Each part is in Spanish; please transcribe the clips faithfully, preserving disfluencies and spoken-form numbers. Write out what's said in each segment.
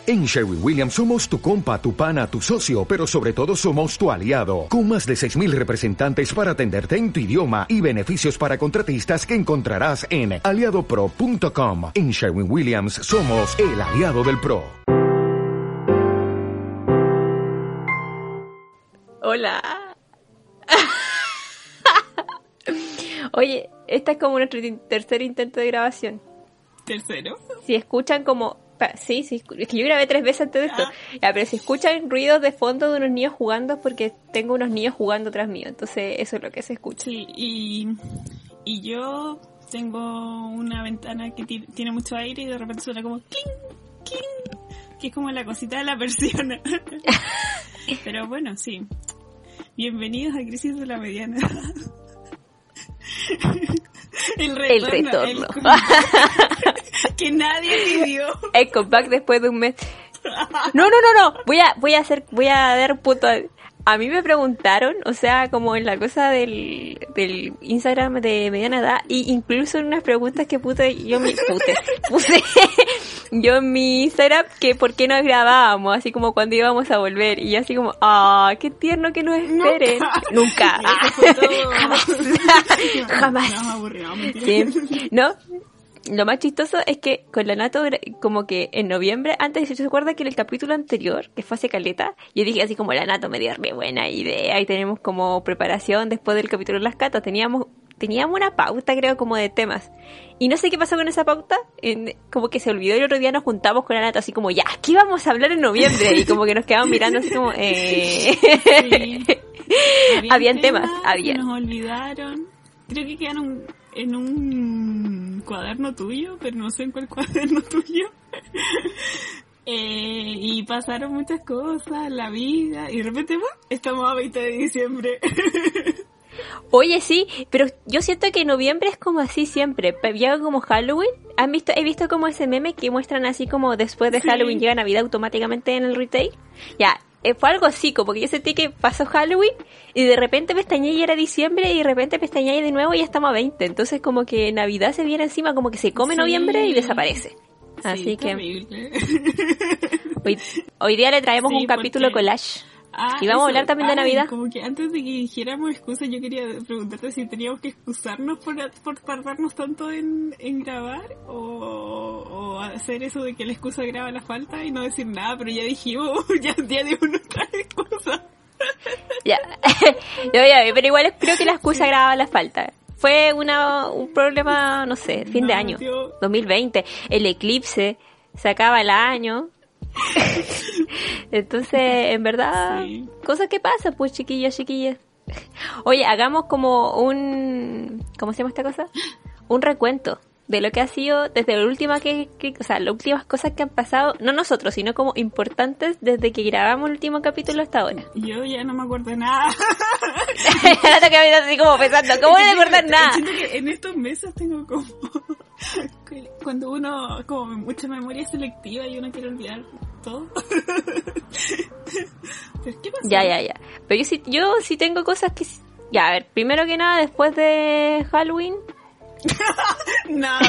En Sherwin-Williams somos tu compa, tu pana, tu socio, pero sobre todo somos tu aliado, con más de seis mil representantes para atenderte en tu idioma y beneficios para contratistas que encontrarás en aliado pro punto com. En Sherwin-Williams somos el aliado del pro. Hola. Oye, esta es como nuestro tercer intento de grabación. ¿Tercero? Si escuchan como... Sí, sí, es que yo grabé tres veces antes de esto. Ah. Ya, pero si escuchan ruidos de fondo de unos niños jugando es porque tengo unos niños jugando tras mío. Entonces eso es lo que se escucha. Sí, y, y yo tengo una ventana que t- tiene mucho aire y de repente suena como cling, cling, que es como la cosita de la persiana. Pero bueno, sí. Bienvenidos a Crisis de la Mediana. El retorno. El retorno. El que nadie pidió. El comeback después de un mes. No, no, no, no. Voy a, voy a hacer, voy a dar punto. A mí me preguntaron, o sea, como en la cosa del, del Instagram de Mediana Edad, y incluso en unas preguntas que puse yo mi, puse, puse yo en mi Instagram, que por qué no grabábamos, así como cuando íbamos a volver, y así como, ah, qué tierno que nos esperen. Nunca. Nunca. Jamás. Jamás. Nos aburrimos. Sí. ¿No? Lo más chistoso es que con la Nato, como que en noviembre, antes, ¿se acuerda que en el capítulo anterior, que fue hace caleta, yo dije así como la Nato me dio re buena idea y tenemos como preparación después del capítulo de las catas, teníamos teníamos una pauta creo como de temas y no sé qué pasó con esa pauta, en, como que se olvidó y el otro día nos juntamos con la Nato así como ya, ¿qué vamos a hablar en noviembre? Y como que nos quedamos mirando así como eh... sí. Habían, habían temas, temas, habían. Nos olvidaron, creo que quedaron en un cuaderno tuyo, pero no sé en cuál cuaderno tuyo. eh, y pasaron muchas cosas, la vida, y de repente, ¡buah! Estamos a veinte de diciembre. Oye, sí, pero yo siento que noviembre es como así siempre, llega como Halloween. ¿Han visto? He visto como ese meme que muestran así como después de Halloween sí. Llega Navidad automáticamente en el retail. Ya, fue algo así, como que yo sentí que pasó Halloween y de repente pestañeé y era diciembre y de repente pestañeé de nuevo y ya estamos a veinte. Entonces como que Navidad se viene encima, como que se come sí. noviembre y desaparece. Así sí, que terrible. hoy, hoy día le traemos sí, un capítulo porque... collage. Ah, y vamos eso. a hablar también Ay, de Navidad. Como que antes de que dijéramos excusas, yo quería preguntarte si teníamos que excusarnos por, por tardarnos tanto en, en grabar o, o hacer eso de que la excusa graba la falta y no decir nada, pero ya dijimos, ya, ya dimos nuestra excusa. Ya, ya, ya, pero igual creo que la excusa sí. grababa la falta. Fue una un problema, no sé, fin no, de año, tío. dos mil veinte, el eclipse, se acaba el año. Entonces, en verdad, sí. cosas que pasan, pues, chiquillas, chiquillas. Oye, hagamos como un... ¿Cómo se llama esta cosa? Un recuento de lo que ha sido desde la última que, que... O sea, las últimas cosas que han pasado, no nosotros, sino como importantes desde que grabamos el último capítulo hasta ahora. Yo ya no me acuerdo de nada. Ahora te quedas así como pensando, ¿cómo voy a acordar nada? Siento que en estos meses tengo como... Cuando uno, como mucha memoria selectiva y uno quiere olvidar todo. ¿Pero qué pasó? Ya, ya, ya. Pero yo sí, yo sí tengo cosas que... Ya, a ver, primero que nada, después de Halloween... Nada.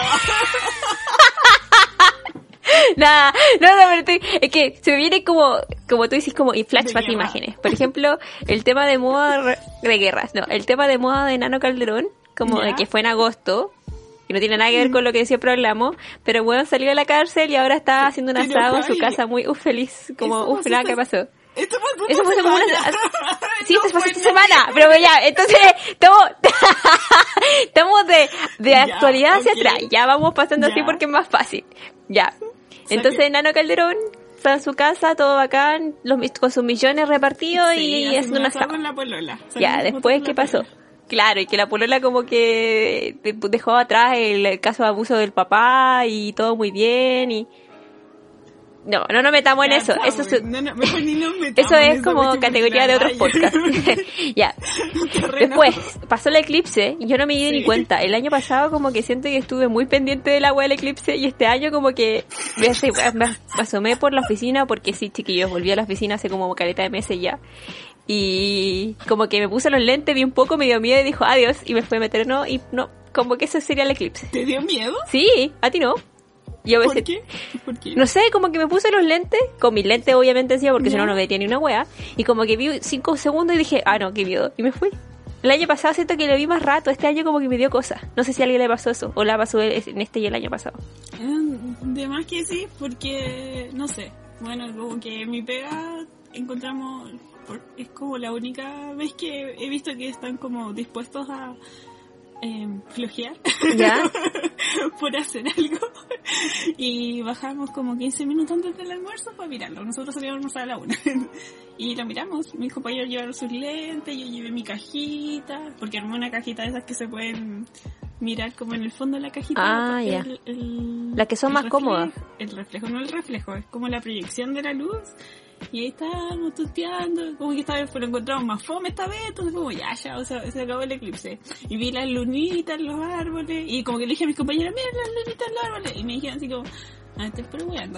Nada, no, no, pero estoy, es que se me viene como, como tú dices, como flashback de imágenes. Por ejemplo, el tema de moda de guerras, no, el tema de moda de Nano Calderón, como ¿Ya? de que fue en agosto, y no tiene nada que ver con lo que siempre hablamos, pero bueno, salió de la cárcel y ahora está haciendo un asado en su casa muy uh, feliz, como uff, nada que pasó. Esto fue Eso fue como una... Sí, esto fue esta semana, pero ya, entonces estamos estamos de, de ya, actualidad hacia okay. atrás, ya vamos pasando ya. así porque es más fácil, ya. O sea entonces que... Nano Calderón está en su casa, todo bacán, los, con sus millones repartidos sí, y haciendo una asado. Con la polola. Ya, después, ¿qué pasó? Polola. Claro, y que la polola como que dejó atrás el, el caso de abuso del papá y todo muy bien y... No, no nos metamos ya, en eso. Eso, es, no, no, mejor ni nos metamos eso es en como categoría de otros podcasts. Ya. Después, pasó el eclipse y yo no me di sí. ni cuenta. El año pasado como que siento que estuve muy pendiente del agua del eclipse y este año como que me, me, me asomé por la oficina porque sí, chiquillos, volví a la oficina hace como caleta de meses ya. Y como que me puse los lentes, vi un poco, me dio miedo y dijo adiós y me fue a meter no y no, como que eso sería el eclipse. ¿Te dio miedo? Sí, a ti no. Yo me ¿Por sent- qué? ¿Por qué? No sé, como que me puse los lentes, con mis lentes obviamente encima, porque si no no veía ni una wea, y como que vi cinco segundos y dije, ah no, qué miedo, y me fui. El año pasado siento que lo vi más rato, este año como que me dio cosas. No sé si a alguien le pasó eso, o la pasó en este y el año pasado. De más que sí, porque, no sé, bueno, como que mi pega encontramos, es como la única vez que he visto que están como dispuestos a eh, flojear ¿Ya? por hacer algo, y bajamos como quince minutos antes del almuerzo para mirarlo. Nosotros salíamos a la una y lo miramos. Mis compañeros llevaron sus lentes, yo llevé mi cajita, porque armé una cajita de esas que se pueden mirar como en el fondo de la cajita. Ah, ya. El, el, Las que son más reflejo, cómodas. El reflejo, no el reflejo, es como la proyección de la luz. Y ahí estábamos tuteando, como que esta vez lo encontramos más fome esta vez, entonces como ya, ya, o sea, se acabó el eclipse. Y vi las lunitas en los árboles, y como que le dije a mis compañeras, miren las lunitas en los árboles, y me dijeron así como, ah, te espero weando.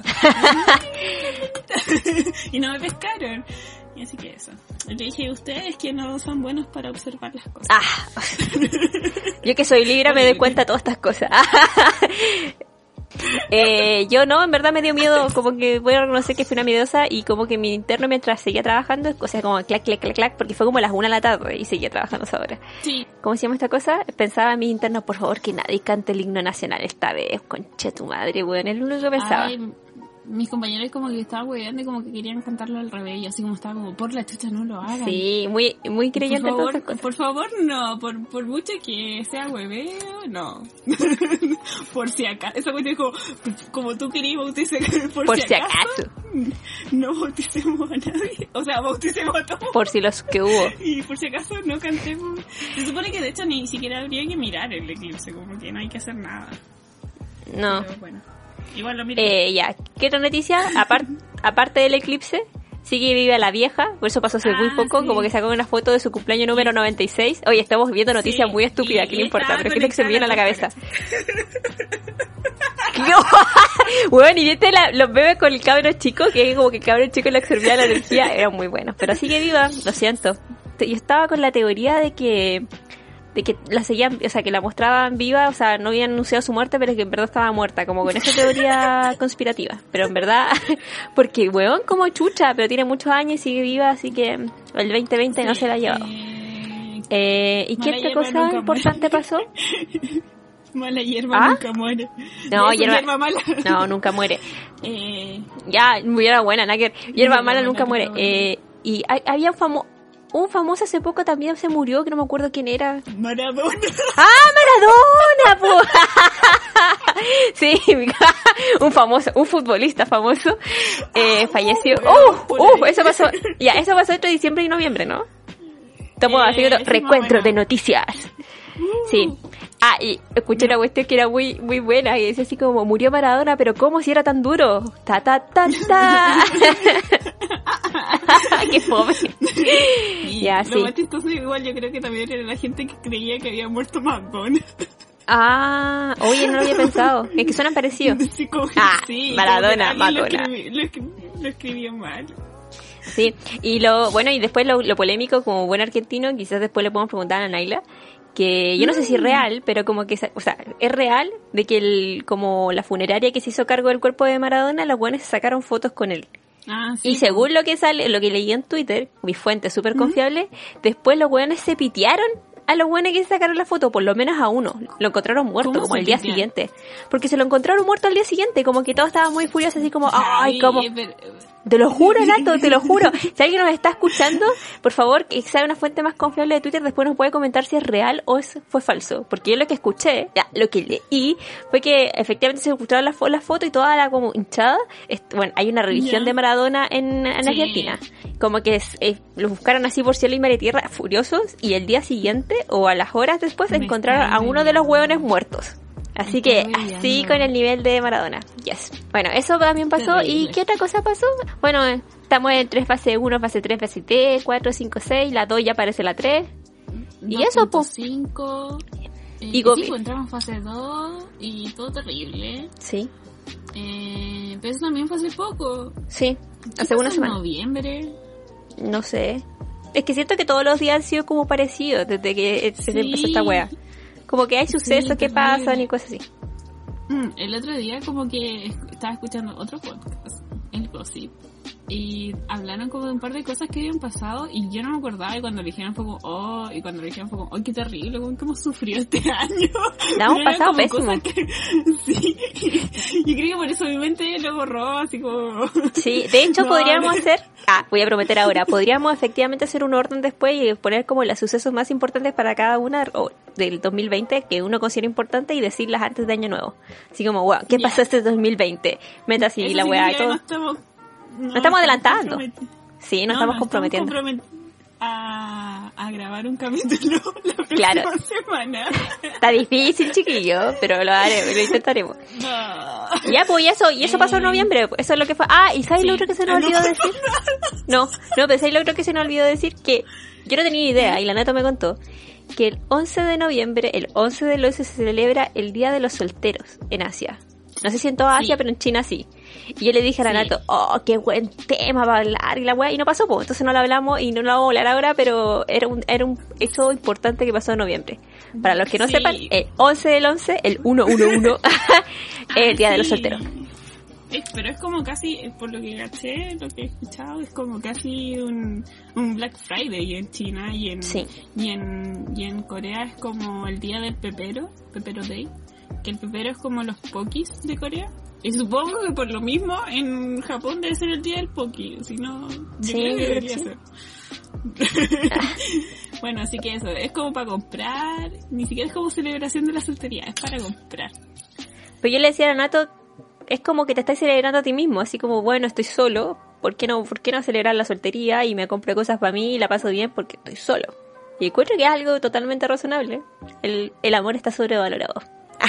Y no me pescaron. Y así que eso. Le dije, ustedes que no son buenos para observar las cosas. Ah, yo que soy Libra me doy cuenta de todas estas cosas. Eh, yo no, en verdad me dio miedo, como que voy a reconocer que fui una miedosa y como que mi interno mientras seguía trabajando, o sea, como clac, clac, clac, clac, porque fue como las una de la tarde y seguía trabajando a esa hora. Sí. ¿Cómo se llama esta cosa? Pensaba en mi interno, por favor, que nadie cante el himno nacional esta vez, conche tu madre, weón, es lo único que pensaba. Ay, mis compañeros como que estaban hueveando y como que querían cantarlo al revés, y así como estaba como, por la chucha no lo hagan. Sí, muy muy creyente en por todas favor, esas cosas. por favor, no, por, por mucho que sea hueveo, no. Por si acaso, esa cuestión es como, como tú querías bautizar, por, Por si si acaso, acaso. no bauticemos a nadie, o sea, bauticemos a todos. Por si los que hubo. Y por si acaso no cantemos. Se supone que de hecho ni siquiera habría que mirar el eclipse, como que no hay que hacer nada. No. Pero bueno, igual lo miré. Eh, ya, ¿qué otra noticia? Apar- aparte del eclipse, sigue viva la vieja, por eso pasó hace Ah, muy poco, sí. como que sacó una foto de su cumpleaños número noventa y seis. Oye, estamos viendo noticias Sí, muy estúpidas, y que no importa, estaba pero ¿qué es lo que se me viene a la conectada cabeza? Bueno, y viste la, los bebés con el cabro chico, que como que el cabro chico le absorbía la energía, eran muy buenos, pero sigue viva, lo siento. Yo estaba con la teoría de que de que la seguían, o sea, que la mostraban viva, o sea, no habían anunciado su muerte, pero que en verdad estaba muerta, como con esa teoría conspirativa. Pero en verdad, porque, weón, como chucha, pero tiene muchos años y sigue viva, así que el veinte veinte no Sí, se la ha llevado. eh, Eh, ¿Y qué mala otra hierba cosa nunca importante muere. pasó? Mala hierba ¿Ah? nunca muere. No, Esa hierba- hierba mala. No, nunca muere. Eh, Ya, hierba buena, nada que ver. Hierba Hierba mala buena, nunca muere. nunca muere. Eh, y hay- había un famoso... Un famoso hace poco también se murió, que no me acuerdo quién era. Maradona. ¡Ah, Maradona, po! Sí, un famoso, un futbolista famoso eh, falleció. ¡Uh! ¡Uh! Eso pasó, ya, eso pasó entre diciembre y noviembre, ¿no? Estamos Eh, haciendo sí, recuentro más o de menos. noticias. Sí. Ah, y escuché una cuestión que era muy muy buena, y decía así como, murió Maradona, pero ¿cómo si era tan duro? Ta, ta, ta, ta. ¡Qué fome! Y Ya, lo sí. más chistoso igual yo creo que también era la gente que creía que había muerto Maradona. Ah, oye, no lo había pensado. Es que suenan parecidos. Sí, como- Ah, sí, Maradona, como que alguien Madonna. Lo, escribí- lo, escri- lo escribió mal. Sí, y lo bueno, y después lo, lo polémico, como buen argentino, quizás después le podemos preguntar a Naila, que yo no sé si es real, pero como que, sa- o sea, es real de que el, como la funeraria que se hizo cargo del cuerpo de Maradona, los buenos se sacaron fotos con él. Ah, sí, Y según lo que sale, lo que leí en Twitter, mi fuente súper confiable, después los weones se pitearon a los weones que sacaron la foto, por lo menos a uno. Lo encontraron muerto, ¿Cómo como se el día pitean? siguiente. Porque se lo encontraron muerto al día siguiente, como que todos estaban muy furiosos, así como, ay, como... pero- Te lo juro, Nato, te lo juro. Si alguien nos está escuchando, por favor, que sea una fuente más confiable de Twitter, después nos puede comentar si es real o es, fue falso. Porque yo lo que escuché, ya, lo que leí, fue que efectivamente se encontraron las la fotos y toda la como hinchada. Es, bueno, hay una religión Ya. de Maradona en, en Sí. Argentina. Como que es, eh, los buscaron así por cielo y mar y tierra, furiosos, y el día siguiente, o a las horas después, Me encontraron está a uno de los hueones muertos. Así Me que está así olvidando. con el nivel de Maradona. Yes. Bueno, eso también pasó. ¿Y Terrible. qué otra cosa pasó? Bueno, eh, estamos en tres fase uno, fase tres, fase tres, cuatro, cinco, seis. La dos ya aparece la tres. Y eso, po. cinco. Y Y go- sí, pues, entramos en fase dos y todo terrible. Sí, Eh, pero eso también fue hace poco. sí. ¿Qué Hace una pasó en semana. noviembre? No sé. Es que siento que todos los días han sido como parecidos desde que eh, se Sí. empezó esta wea. Como que hay sucesos que terrible. pasan y cosas así. Mm, el otro día como que estaba escuchando otro podcast, el Gossip, y hablaron como de un par de cosas que habían pasado y yo no me acordaba, y cuando lo dijeron fue como, oh, y cuando lo dijeron fue como, oh, qué terrible, como que hemos sufrido este año. La hemos pasado pésimo. Que, sí, yo creo que por eso mi mente lo borró, así como... Sí, de hecho no, podríamos no. hacer, ah, voy a prometer ahora, podríamos efectivamente hacer un orden después y poner como los sucesos más importantes para cada una o, del dos mil veinte que uno considera importante y decirlas antes de Año Nuevo. Así como, wow, ¿qué Ya. pasó este dos mil veinte? Meta así Eso la weá y significa que todo. No estamos, no, No estamos adelantando. comprometi- Sí, nos no, estamos no, comprometiendo. Estamos compromet- a, a grabar un capítulo la próxima Claro. semana. Está difícil, chiquillo, pero lo haremos, lo intentaremos. No. Ya, pues, y eso, y eso pasó en noviembre, eso es lo que fue. Ah, ¿y sabes Sí. lo otro que se nos Ah, no. olvidó decir? No, no, pero ¿sabes lo otro que se nos olvidó decir? Que yo no tenía idea, y la Nato me contó, que el once de noviembre, el once del once se celebra el Día de los Solteros en Asia. No sé si en toda Sí. Asia, pero en China sí. Y yo le dije a la Sí. Nato, oh, qué buen tema para hablar, y la weá, y no pasó, pues, entonces no lo hablamos y no lo vamos a hablar ahora, pero era un, era un hecho importante que pasó en noviembre. Para los que no Sí. sepan, el once del once, el ciento once, es el Día de los Sí. Solteros. Es- pero es como casi, por lo que caché, lo que he escuchado, es como casi un, un Black Friday en China y en, Sí. y en y en Corea es como el día del pepero, Pepero Day, que el pepero es como los pokis de Corea. Y supongo que por lo mismo en Japón debe ser el día del poki, si no, yo Sí, creo que yo creo debería que sí. ser. Bueno, así que eso, es como para comprar, ni siquiera es como celebración de la soltería, es para comprar. Pero yo le decía a la Nato, es como que te estás celebrando a ti mismo, así como, bueno, estoy solo, ¿por qué no, por qué no celebrar la soltería y me compro cosas para mí y la paso bien porque estoy solo? Y encuentro que es algo totalmente razonable. El, el amor está sobrevalorado.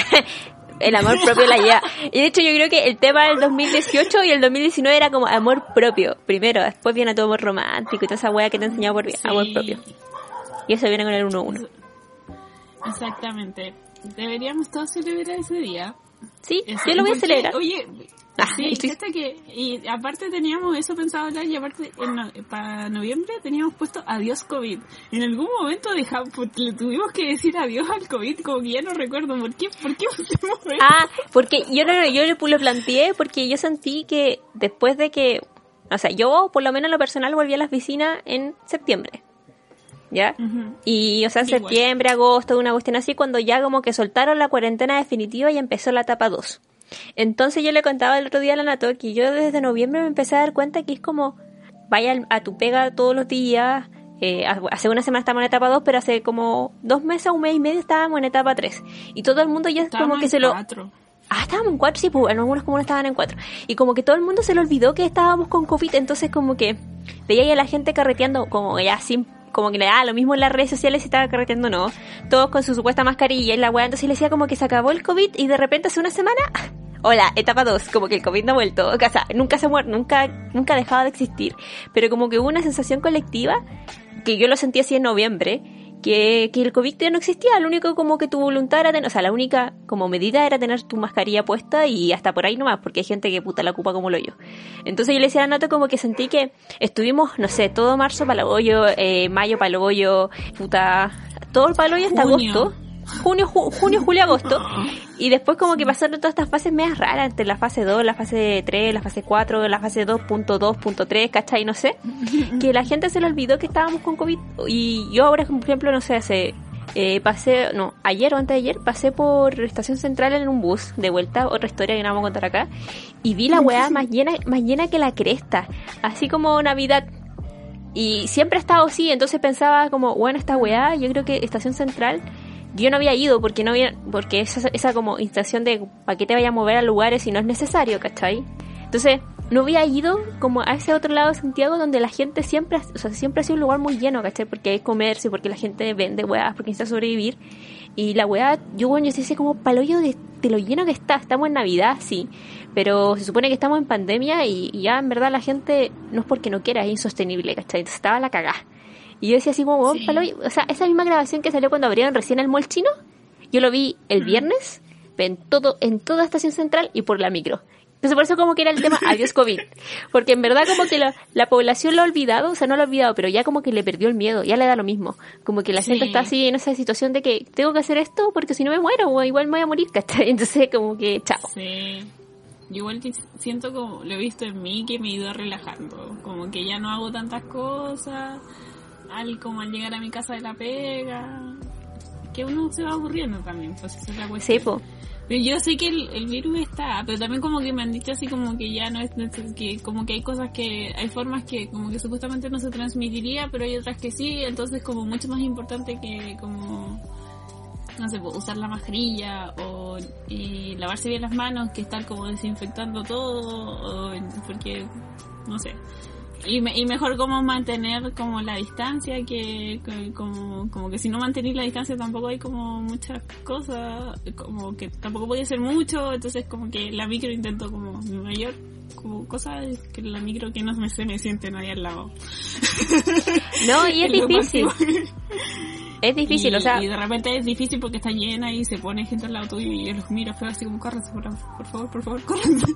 El amor propio la lleva. Y de hecho yo creo que el tema del dos mil dieciocho y el dos mil diecinueve era como amor propio. Primero, después viene todo amor romántico y toda esa wea que te he enseñado por vida. Sí. Amor propio. Y eso viene con el uno uno. Exactamente. Deberíamos todos celebrar ese día. Sí, Eso. yo lo voy a ¿Por qué? celebrar. Oye, Ah, sí, estoy- fíjate que, y aparte teníamos eso pensado hablar, y aparte en no- para noviembre teníamos puesto adiós COVID. En algún momento dejamos, pues, le tuvimos que decir adiós al COVID, como que ya no recuerdo por qué, por qué pusimos eso. Ah, porque yo no, yo lo lo planteé porque yo sentí que después de que, o sea, yo por lo menos en lo personal volví a las piscinas en septiembre, ¿ya? Ujú. Y, o sea, en Igual. septiembre, agosto, una cuestión así, cuando ya como que soltaron la cuarentena definitiva y empezó la etapa dos. Entonces yo le contaba el otro día a la Nato que yo desde noviembre me empecé a dar cuenta que es como, vaya al- a tu pega todos los días. Eh, hace una semana estábamos en etapa dos, pero hace como dos meses, un mes y medio estábamos en etapa tres. Y todo el mundo ya Estábamos como que en se lo... cuatro. Ah, estábamos en cuatro, sí, pues en algunos comunas estaban en cuatro. Y como que todo el mundo se le olvidó que estábamos con COVID, entonces como que veía ahí a la gente carreteando, como ya sin, como que le daba lo mismo en las redes sociales si estaba carreteando o no. Todos con su supuesta mascarilla y la weá, entonces le decía como que se acabó el COVID y de repente hace una semana, hola, etapa dos, como que el COVID no ha vuelto. O sea, nunca se ha muerto, nunca, nunca ha dejado de existir. Pero como que hubo una sensación colectiva, que yo lo sentí así en noviembre, que, que el COVID ya no existía, lo único como que tu voluntad era tener, o sea, la única como medida era tener tu mascarilla puesta y hasta por ahí nomás, porque hay gente que puta la ocupa como lo yo. Entonces yo le decía a Nato como que sentí que estuvimos, no sé, todo marzo para el hoyo, eh, mayo para el hoyo, puta, todo para el hoyo hasta Junio. agosto. Junio, ju- junio, julio, agosto. Y después como que pasaron todas estas fases medias raras, entre la fase dos, la fase tres, la fase cuatro, la fase dos punto dos punto tres, ¿cachai? No sé. Que la gente se le olvidó que estábamos con COVID. Y yo ahora, por ejemplo, no sé, hace... Eh, pasé, no, ayer o antes de ayer, pasé por Estación Central en un bus, de vuelta, otra historia que no vamos a contar acá. Y vi la weá más llena, más llena que la cresta. Así como Navidad. Y siempre ha estado así, entonces pensaba como, bueno, esta weá, yo creo que Estación Central... Yo no había ido porque no había, porque esa, esa como instancia de para qué te vaya a mover a lugares si no es necesario, ¿cachai? Entonces, no había ido como a ese otro lado de Santiago donde la gente siempre, o sea, siempre ha sido un lugar muy lleno, ¿cachai? Porque hay comercio, porque la gente vende weas, porque necesita sobrevivir. Y la wea, yo bueno, yo decía como paloyo de, de lo lleno que está. Estamos en Navidad, sí, pero se supone que estamos en pandemia y, y ya en verdad la gente no es porque no quiera, es insostenible, ¿cachai? Entonces estaba la cagá. Y yo decía así como, Sí. palo, o sea, esa misma grabación que salió cuando abrieron recién el mall chino, yo lo vi el viernes en todo, en toda Estación Central y por la micro. Entonces por eso como que era el tema adiós COVID, porque en verdad como que la, la población lo ha olvidado, o sea, no lo ha olvidado, pero ya como que le perdió el miedo, ya le da lo mismo, como que la Sí. gente está así en esa situación de que tengo que hacer esto porque si no me muero, o igual me voy a morir, ¿cachai? Entonces como que chao. Sí. Yo igual te- siento como, lo he visto en mí, que me he ido relajando. Como que ya no hago tantas cosas. Al, como al llegar a mi casa de la pega. Que uno se va aburriendo también, pues esa es la cuestión. Sí, po. Pero yo sé que el, el virus está, pero también como que me han dicho así como que ya no es, que como que hay cosas que, hay formas que como que supuestamente no se transmitiría, pero hay otras que sí, entonces como mucho más importante que como, no sé, pues, usar la mascarilla o y lavarse bien las manos que estar como desinfectando todo, o, porque, no sé. Y, me, y mejor como mantener como la distancia, que, que como, como que si no mantenéis la distancia tampoco hay como muchas cosas, como que tampoco podía ser mucho, entonces como que la micro intento como mi mayor como cosa es que la micro que no me se me siente nadie al lado. No, y es lo difícil, máximo. es difícil, y, o sea, y de repente es difícil porque está llena y se pone gente al lado tuyo y yo los miro feo así como córrense, por, por favor, por favor, córrense.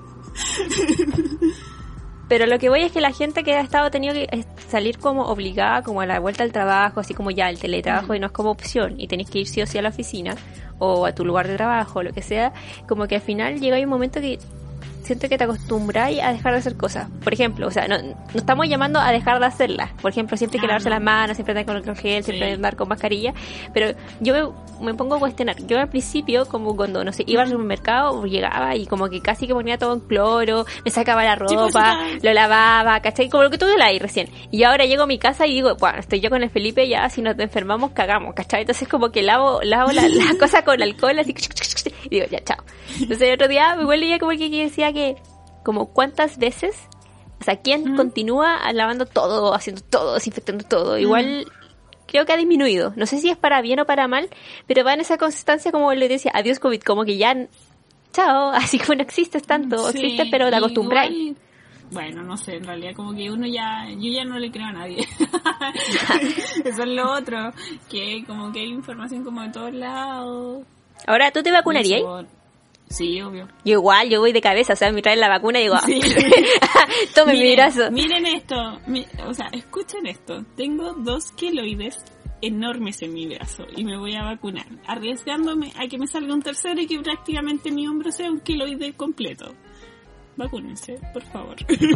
pero lo que voy es que la gente que ha estado tenido que eh, salir como obligada como a la vuelta al trabajo, así como ya el teletrabajo Mm. y no es como opción y tenés que ir sí o sí a la oficina o a tu lugar de trabajo o lo que sea, como que al final llega un momento que siento que te acostumbráis a dejar de hacer cosas. Por ejemplo, o sea, no, no estamos llamando a dejar de hacerlas. Por ejemplo, siempre hay que Ah, lavarse no. las manos, siempre andar con alcohol gel, siempre Sí. andar con mascarilla. Pero yo me, me pongo a cuestionar. Yo al principio, como cuando, no sé, iba al supermercado, llegaba y como que casi que ponía todo en cloro, me sacaba la Sí, pues, ropa, sí, lo lavaba, ¿cachai? Como lo que tuve ahí recién. Y ahora llego a mi casa y digo, bueno, estoy yo con el Felipe, ya si nos enfermamos, cagamos, ¿cachai? Entonces como que lavo, lavo la, la cosa con alcohol, así, y digo, ya, chao. Entonces el otro día, igual leía como que decía que como cuántas veces, o sea, quién Mm. continúa lavando todo, haciendo todo, desinfectando todo. Igual creo que ha disminuido. No sé si es para bien o para mal, pero va en esa constancia como le decía, adiós COVID, como que ya, chao, así que no existes tanto, Sí, existes pero te acostumbráis. igual- Bueno, no sé, en realidad como que uno ya, yo ya no le creo a nadie. Eso es lo otro, que como que hay información como de todos lados. Ahora, ¿tú te vacunarías? Y eso- Sí, obvio. Yo igual, yo voy de cabeza, o sea, me traen la vacuna y digo, ah, Sí. tome mi Miren, brazo. miren esto, mi- o sea, escuchen esto. Tengo dos queloides enormes en mi brazo y me voy a vacunar, arriesgándome a que me salga un tercero y que prácticamente mi hombro sea un queloide completo. Vacúnense, por favor.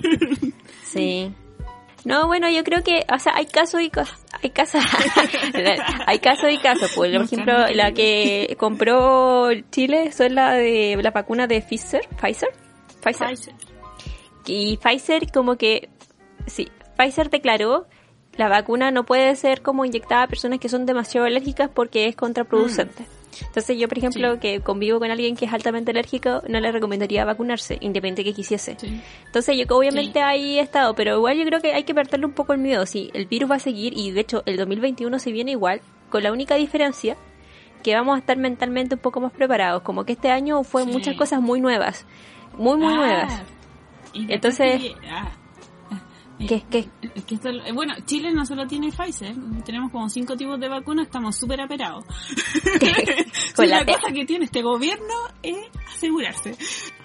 Sí. No, bueno, yo creo que, o sea, hay casos y casos, hay casos, hay casos y casos, pues, por ejemplo, la que compró Chile son la de la vacuna de Pfizer, Pfizer, Pfizer, Pfizer. y Pfizer como que, sí, Pfizer declaró la vacuna no puede ser como inyectada a personas que son demasiado alérgicas porque es contraproducente. Mm. Entonces yo, por ejemplo, sí. que convivo con alguien que es altamente alérgico, no le recomendaría vacunarse, independiente que quisiese. Sí. Entonces yo que obviamente sí. ahí he estado, pero igual yo creo que hay que perderle un poco el miedo. Sí, el virus va a seguir y de hecho el dos mil veintiuno se viene igual, con la única diferencia que vamos a estar mentalmente un poco más preparados. Como que este año fue sí. muchas cosas muy nuevas, muy muy ah, nuevas. Entonces... Que, ah. ¿Qué? ¿Qué? Que esto, bueno, Chile no solo tiene Pfizer, tenemos como cinco tipos de vacunas, estamos súper aperados. Con la la cosa que tiene este gobierno es asegurarse.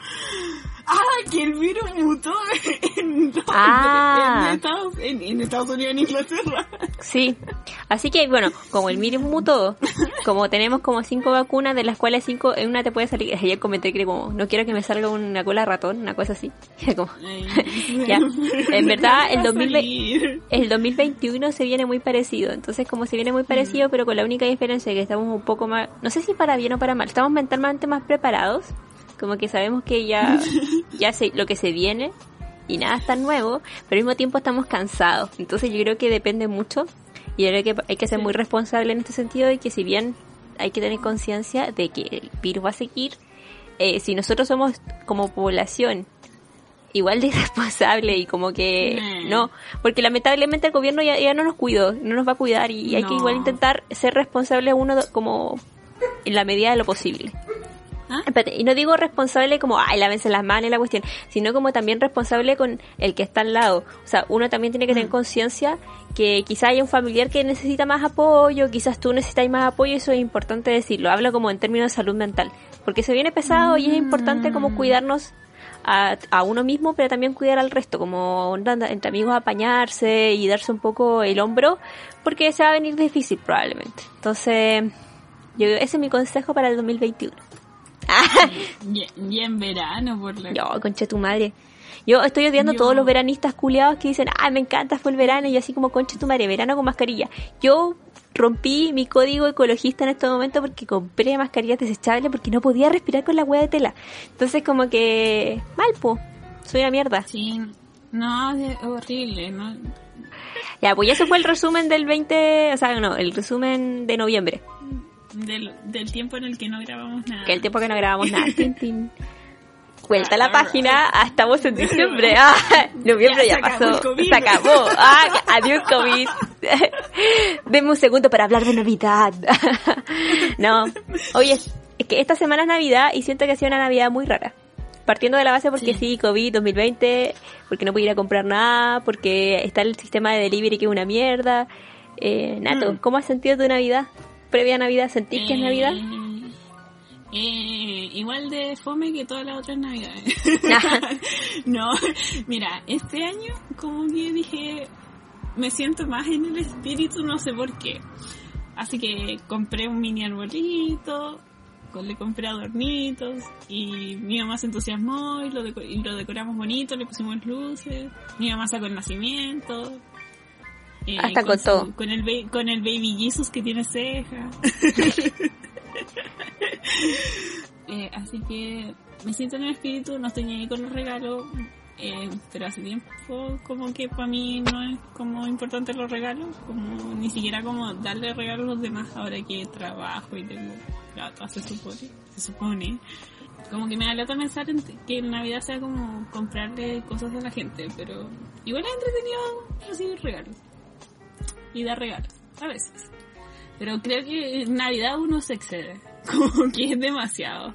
¡Ah! Que el virus mutó en, ah. en, Estados, en, en Estados Unidos, en Inglaterra. Sí. Así que, bueno, como el virus mutó, como tenemos como cinco vacunas, de las cuales cinco, en una te puede salir. Ayer comenté que como, no quiero que me salga una cola de ratón, una cosa así. Como, Ay, ya. En verdad, el, dos mil veinte, el dos mil veintiuno se viene muy parecido. Entonces, como se viene muy parecido, mm. pero con la única diferencia que estamos un poco más, no sé si para bien o para mal, estamos mentalmente más preparados. Como que sabemos que ya, ya sé lo que se viene y nada es tan nuevo, pero al mismo tiempo estamos cansados. Entonces yo creo que depende mucho y yo creo que hay que ser sí. muy responsable en este sentido y que si bien hay que tener conciencia de que el virus va a seguir, eh, si nosotros somos como población igual de irresponsable y como que mm. no, porque lamentablemente el gobierno ya, ya no nos cuidó, no nos va a cuidar y, y hay no. que igual intentar ser responsable uno como en la medida de lo posible. ¿Ah? Y no digo responsable como, ay, lávense las manos y la cuestión, sino como también responsable con el que está al lado. O sea, uno también tiene que tener conciencia que quizás haya un familiar que necesita más apoyo, quizás tú necesitas más apoyo, eso es importante decirlo. Hablo como en términos de salud mental, porque se viene pesado mm. y es importante como cuidarnos a, a uno mismo, pero también cuidar al resto, como entre amigos apañarse y darse un poco el hombro, porque se va a venir difícil probablemente. Entonces, yo ese es mi consejo para el dos mil veintiuno. Y, y en verano, por la... Yo, concha tu madre. Yo estoy odiando a Yo... todos los veranistas culiados que dicen, ah, me encanta, fue el verano, y yo así como, concha tu madre, verano con mascarilla. Yo rompí mi código ecologista en este momento porque compré mascarillas desechables porque no podía respirar con la hueá de tela. Entonces como que, mal, po, soy una mierda. Sí, no, es horrible, ¿no? Ya, pues eso fue el resumen del veinte, o sea, no, el resumen de noviembre. Del, del tiempo en el que no grabamos nada. Que el tiempo que no grabamos nada. Tin, tin. Vuelta a la página, ah, estamos en diciembre, ah, noviembre ya, ya pasó, se acabó, ah, adiós COVID. Denme un segundo para hablar de Navidad. No, oye, es que esta semana es Navidad y siento que ha sido una Navidad muy rara. Partiendo de la base porque sí, sí COVID dos mil veinte, porque no pude ir a comprar nada, porque está el sistema de delivery que es una mierda. Eh, Nato, mm. ¿cómo has sentido tu Navidad? Previa Navidad, ¿sentís eh... que es Navidad? Eh, igual de fome que todas las otras navidades. No, mira, este año como que dije, me siento más en el espíritu, no sé por qué. Así que compré un mini arbolito, le compré adornitos y mi mamá se entusiasmó y lo, deco- y lo decoramos bonito, le pusimos luces, mi mamá sacó el nacimiento. Eh, Hasta con, con todo. Su, con, el ba- con el baby Jesus que tiene ceja. eh, así que me siento en el espíritu, no estoy ni ahí con los regalos, eh, pero hace tiempo como que para mí no es como importante los regalos, como ni siquiera como darle regalos a los demás ahora que trabajo y tengo plata, se supone, se supone. Como que me da lata pensar en que en Navidad sea como comprarle cosas a la gente, pero igual es entretenido recibir regalos y dar regalos a veces. Pero creo que en Navidad uno se excede. Como que es demasiado.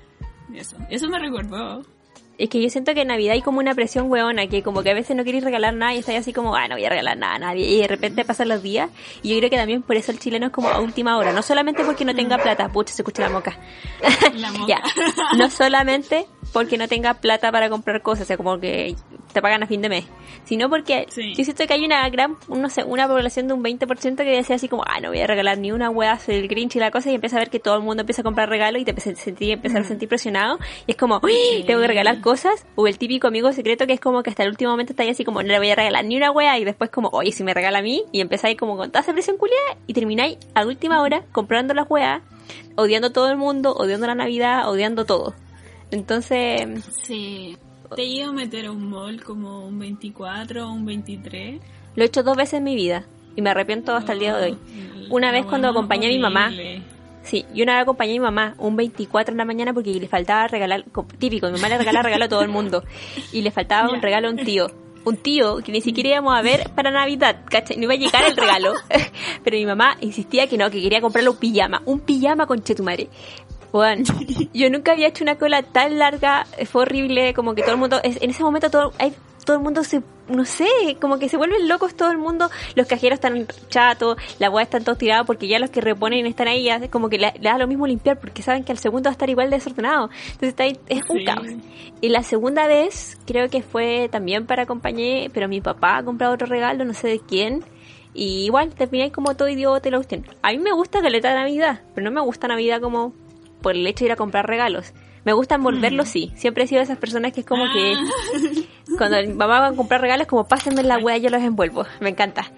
Eso. Eso me recordó. Es que yo siento que en Navidad hay como una presión hueona, que como que a veces no queréis regalar nada y estáis así como, ah, no voy a regalar nada a nadie. Y de repente pasan los días. Y yo creo que también por eso el chileno es como a última hora. No solamente porque no tenga plata. Pucha, se escucha la moca. La moca. Ya. No solamente porque no tenga plata para comprar cosas, o sea, como que te pagan a fin de mes. Sino porque sí. Yo siento que hay una gran, no sé, una población de un veinte por ciento que decía así como, ah, no voy a regalar ni una hueá, soy el Grinch y la cosa. Y empieza a ver que todo el mundo empieza a comprar regalos y te empieza a sentir, empezar a sentir presionado. Y es como, uy, sí. Tengo que regalar cosas. O el típico amigo secreto que es como que hasta el último momento está ahí así como, no le voy a regalar ni una wea, y después como, oye, si me regala a mí, y empezáis como con toda esa presión culiada y termináis a última hora comprando las weas, odiando a todo el mundo, odiando la Navidad, odiando todo. Entonces... Sí. ¿Te he ido a meter a un mall como un veinticuatro o un veintitrés? Lo he hecho dos veces en mi vida y me arrepiento hasta el día de hoy. Una vez cuando acompañé a mi mamá... Sí, yo una vez acompañé a mi mamá un veinticuatro en la mañana porque le faltaba regalar, típico, mi mamá le regala regalo a todo el mundo y le faltaba yeah. un regalo a un tío, un tío que ni siquiera íbamos a ver para Navidad, ¿cachai? No iba a llegar el regalo, pero mi mamá insistía que no, que quería comprarle un pijama, un pijama con chetumare. Bueno, yo nunca había hecho una cola tan larga, fue horrible, como que todo el mundo, en ese momento todo, hay, todo el mundo se, no sé, como que se vuelven locos todo el mundo, los cajeros están chatos, la weá están todos tirados porque ya los que reponen están ahí, ya como que le, le da lo mismo limpiar porque saben que al segundo va a estar igual desordenado, entonces está ahí, es un sí. caos. Y la segunda vez, creo que fue también para acompañar, pero mi papá ha comprado otro regalo, no sé de quién, y igual terminé como todo idiota y lo usted. A mí me gusta caleta de Navidad, pero no me gusta Navidad como por el hecho de ir a comprar regalos. Me gusta envolverlos, mm. sí. Siempre he sido de esas personas que es como ah. que cuando mi mamá va a comprar regalos, como pásenme la wea, yo los envuelvo. Me encanta.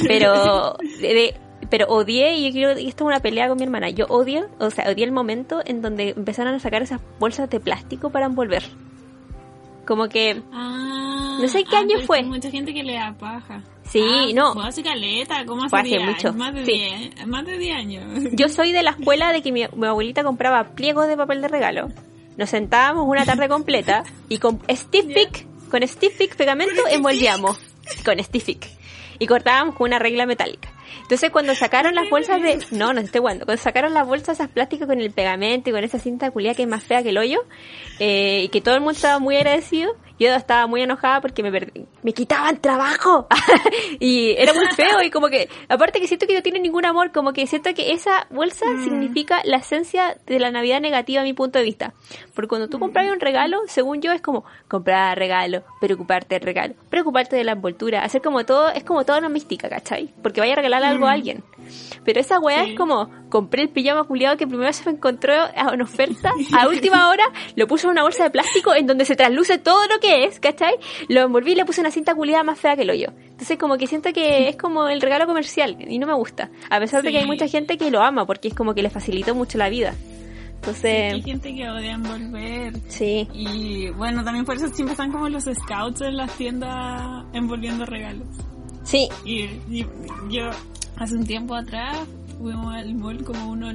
Pero de, de, pero odié, y yo quiero, y esto es una pelea con mi hermana, yo odio, o sea, odié el momento en donde empezaron a sacar esas bolsas de plástico para envolver. Como que ah, no sé qué ah, año fue. Hay mucha gente que le da paja. Sí, ah, no. Fue hace caleta, ¿cómo hace fue hace diez? mucho. Más de sí. diez, más de diez años. Yo soy de la escuela de que mi, mi abuelita compraba pliegos de papel de regalo. Nos sentábamos una tarde completa y con Stick Pick, con Stick Pick pegamento envolvíamos con Stick Pick y cortábamos con una regla metálica. Entonces cuando sacaron las bolsas de... No, no estoy jugando. Cuando sacaron las bolsas esas plásticas con el pegamento y con esa cinta culiada que es más fea que el hoyo, eh, y que todo el mundo estaba muy agradecido, yo estaba muy enojada porque me perdí, me quitaban trabajo y era muy feo y como que, aparte que siento que no tiene ningún amor, como que siento que esa bolsa mm. significa la esencia de la Navidad negativa a mi punto de vista. Porque cuando tú compras un regalo, según yo, es como comprar regalo, preocuparte del regalo, preocuparte de la envoltura, hacer como todo, es como toda una mística, ¿cachai? Porque vaya a regalar algo mm. a alguien. Pero esa weá sí. es como, compré el pijama culiado que primero se me encontró a una oferta, a última hora, lo puse en una bolsa de plástico en donde se trasluce todo lo que es, ¿cachai? Lo envolví y le puse una cinta culiada más fea que el hoyo. Entonces como que siento que es como el regalo comercial y no me gusta. A pesar sí. de que hay mucha gente que lo ama porque es como que le facilitó mucho la vida. Entonces... Sí, hay gente que odia envolver. Sí. Y bueno, también por eso siempre están como los scouts en las tiendas envolviendo regalos. Sí. Y, y yo hace un tiempo atrás fuimos al mall como uno...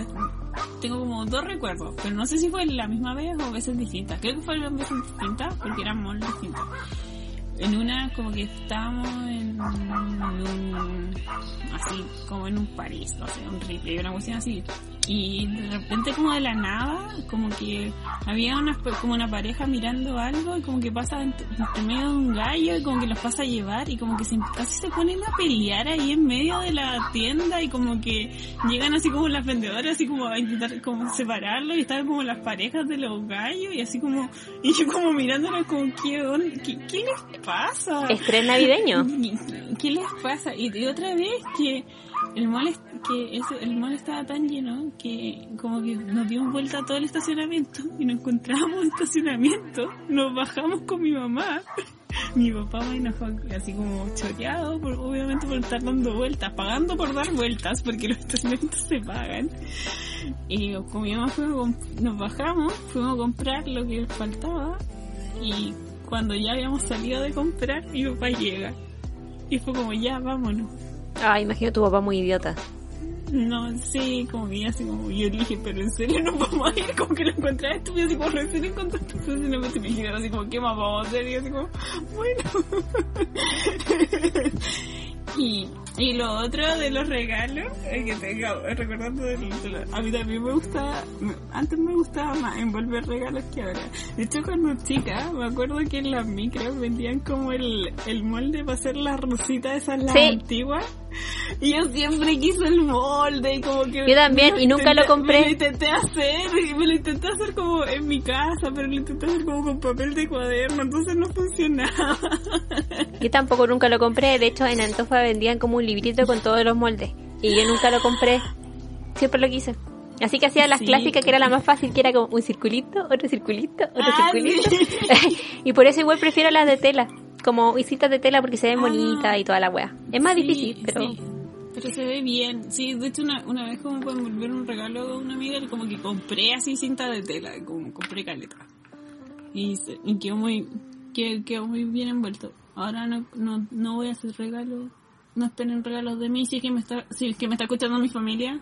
Tengo como dos recuerdos, pero no sé si fue la misma vez o veces distintas. Creo que fueron veces distintas porque eran malls distintos. En una como que estábamos en un... así como en un París, no sé, un Ripley, una cuestión así. Y de repente como de la nada, como que había una, como una pareja mirando algo y como que pasa entre medio de un gallo y como que los pasa a llevar y como que se, casi se ponen a pelear ahí en medio de la tienda y como que llegan así como las vendedoras así como a intentar como separarlo y estaban como las parejas de los gallos y así como, y yo como mirándolos como ¿qué, qué, qué les pasa? Estrés navideño. ¿Qué, qué les pasa? Y, y otra vez que el mall es, que ese, el mall estaba tan lleno que como que nos dimos vuelta a todo el estacionamiento y no encontrábamos estacionamiento, nos bajamos con mi mamá, mi papá me enojó así como choreado, por, obviamente por estar dando vueltas, pagando por dar vueltas porque los estacionamientos se pagan, y con mi mamá fuimos, nos bajamos, fuimos a comprar lo que faltaba y cuando ya habíamos salido de comprar mi papá llega y fue como ya vámonos. Ah, imagino tu papá muy idiota. No, sí, como que así como yo dije, pero en serio no vamos a ir, como que lo encontré estúpido, así como recién encontraste esto, y no me dijeron así como, ¿qué más vamos a hacer? Y así como, bueno. y, y lo otro de los regalos, es que tengo, recordando de, de lo, a mí también me gusta, antes me gustaba más envolver regalos que ahora. De hecho, cuando chica, me acuerdo que en las micros vendían como el, el molde para hacer las rositas esas, las sí. antiguas. Y yo siempre quise el molde y como que... Yo también, y nunca intenté, lo compré. Me lo intenté hacer, me lo intenté hacer como en mi casa, pero lo intenté hacer como con papel de cuaderno, entonces no funcionaba. Yo tampoco nunca lo compré, de hecho en Antofa vendían como un librito con todos los moldes. Y yo nunca lo compré, siempre lo quise. Así que hacía las sí. clásicas que era la más fácil, que era como un circulito, otro circulito, otro ah, circulito. Sí. Y por eso igual prefiero las de tela. Como visitas de tela porque se ven ah, bonitas y toda la wea. Es más sí, difícil, pero... Sí. Pero se ve bien. Sí, de hecho una, una vez como para envolver un regalo a una amiga, como que compré así cinta de tela, como compré caleta. Y, se, y quedó muy quedó, quedó muy bien envuelto. Ahora no no no voy a hacer regalos. No esperen regalos de mí, si es que me está, si es que me está escuchando mi familia.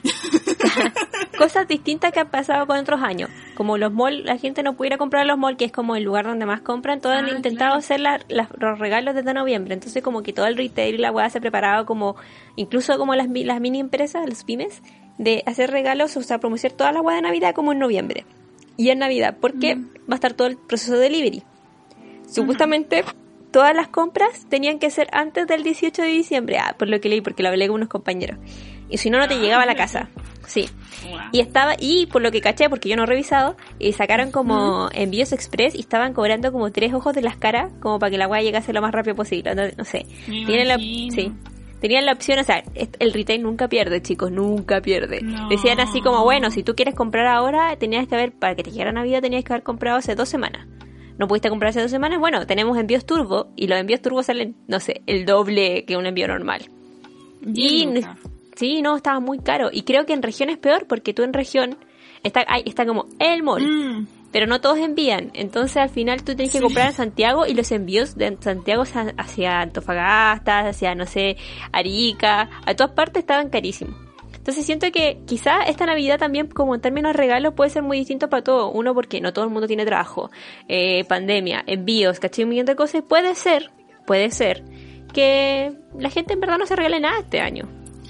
Cosas distintas que han pasado con otros años. Como los malls, la gente no pudiera comprar los malls, que es como el lugar donde más compran. Todos ah, han intentado claro. hacer la, la, los regalos desde noviembre. Entonces como que todo el retail y la weá se ha preparado como, incluso como las, las mini empresas, las pymes, de hacer regalos, o sea, promocionar toda la weá de Navidad como en noviembre. Y en Navidad, porque mm. va a estar todo el proceso de delivery. Supuestamente... Uh-huh. Todas las compras tenían que ser antes del dieciocho de diciembre. Ah, por lo que leí, porque lo hablé con unos compañeros. Y si no, no te llegaba a la casa. Sí. Y estaba, y por lo que caché, porque yo no he revisado, y sacaron como envíos express y estaban cobrando como tres ojos de las caras, como para que la weá llegase lo más rápido posible. No, no sé. Tienen la, sí. Tenían la opción, o sea, el retail nunca pierde, chicos, nunca pierde. No. Decían así como, bueno, si tú quieres comprar ahora, tenías que haber, para que te llegara Navidad, tenías que haber comprado hace dos semanas. No pudiste comprar hace dos semanas, bueno, tenemos envíos turbo y los envíos turbo salen, no sé, el doble que un envío normal. Y nunca. Sí, no, estaba muy caro. Y creo que en región es peor porque tú en región está, hay, está como el mall, mm. pero no todos envían. Entonces al final tú tienes que sí. comprar en Santiago y los envíos de Santiago hacia Antofagasta, hacia, no sé, Arica, a todas partes estaban carísimos. Entonces siento que quizá esta Navidad también, como en términos de regalos, puede ser muy distinto para todo. Uno, porque no todo el mundo tiene trabajo, eh, pandemia, envíos, caché, un millón de cosas. Puede ser, puede ser, que la gente en verdad no se regale nada este año.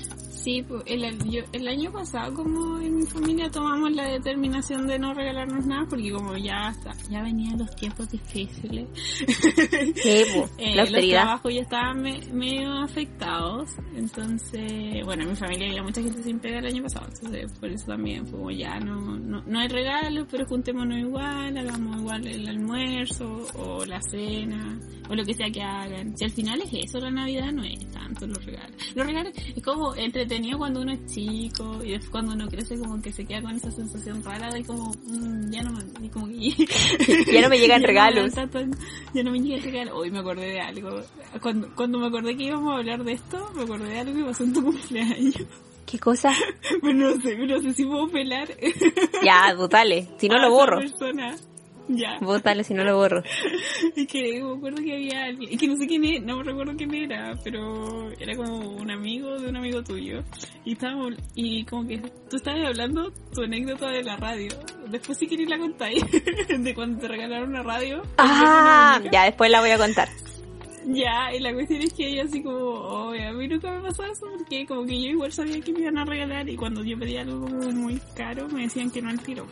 Sí, pues, el, yo, el año pasado como en mi familia tomamos la determinación de no regalarnos nada porque como ya hasta, ya venían los tiempos difíciles. Sí, pues, eh, la los austeridad. trabajos ya estaban me, medio afectados, entonces, bueno, en mi familia había mucha gente sin pega el año pasado, entonces por eso también fue como ya no, no, no hay regalos, pero juntémonos igual, hagamos igual el almuerzo o la cena o lo que sea que hagan. Si al final es eso, la Navidad no es tanto los regalos. Los regalos es como entretenido cuando uno es chico y después cuando uno crece como que se queda con esa sensación rara de como mmm, ya no me, como que, ya no me llegan ya regalos. No, tanto, ya no me llega el regalo. Hoy me acordé de algo. Cuando, cuando me acordé que íbamos a hablar de esto, me acordé de algo que pasó en tu cumpleaños. ¿Qué cosa? Pero no sé, no sé si puedo pelar. Ya, botale, si no a lo borro. esa persona. Ya. Bótale si no lo borro. Es que me acuerdo que había alguien, es que no sé quién es, no me recuerdo quién era, pero era como un amigo de un amigo tuyo. Y estábamos, y como que tú estabas hablando tu anécdota de la radio. Después si queréis la contáis, de cuando te regalaron una radio. Ah, ya después la voy a contar. Ya, y la cuestión es que ella así como, oh, a mí nunca me pasó eso porque como que yo igual sabía que me iban a regalar y cuando yo pedía algo como muy caro me decían que no al tiro.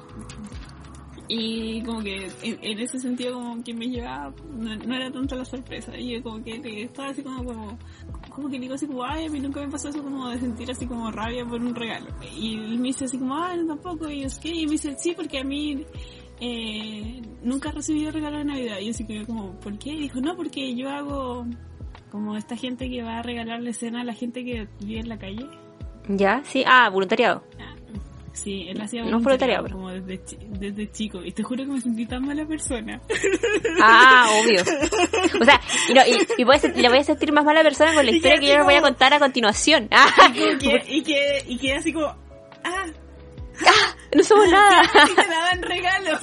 Y como que en, en ese sentido como que me llevaba, no, no era tanta la sorpresa. Y yo como que, que estaba así como, como, como que digo así como, ay, a mí nunca me pasó eso como de sentir así como rabia por un regalo. Y él me dice así como, ay, no tampoco. Y yo, ¿qué? Y me dice, sí, porque a mí eh, nunca he recibido regalo de Navidad. Y yo así como, ¿por qué? Y dijo, no, porque yo hago como esta gente que va a regalarle cena a la gente que vive en la calle. ¿Ya? Sí, ah, voluntariado. Sí, él hacía no voluntariado, como desde, desde chico. Y te juro que me sentí tan mala persona. Ah, obvio. O sea, y, no, y, y voy a, le voy a sentir más mala persona con la historia que yo les voy a contar a continuación. Ah, y, que, y, que, y que así como, ah, ah no somos nada. Y te daban regalos.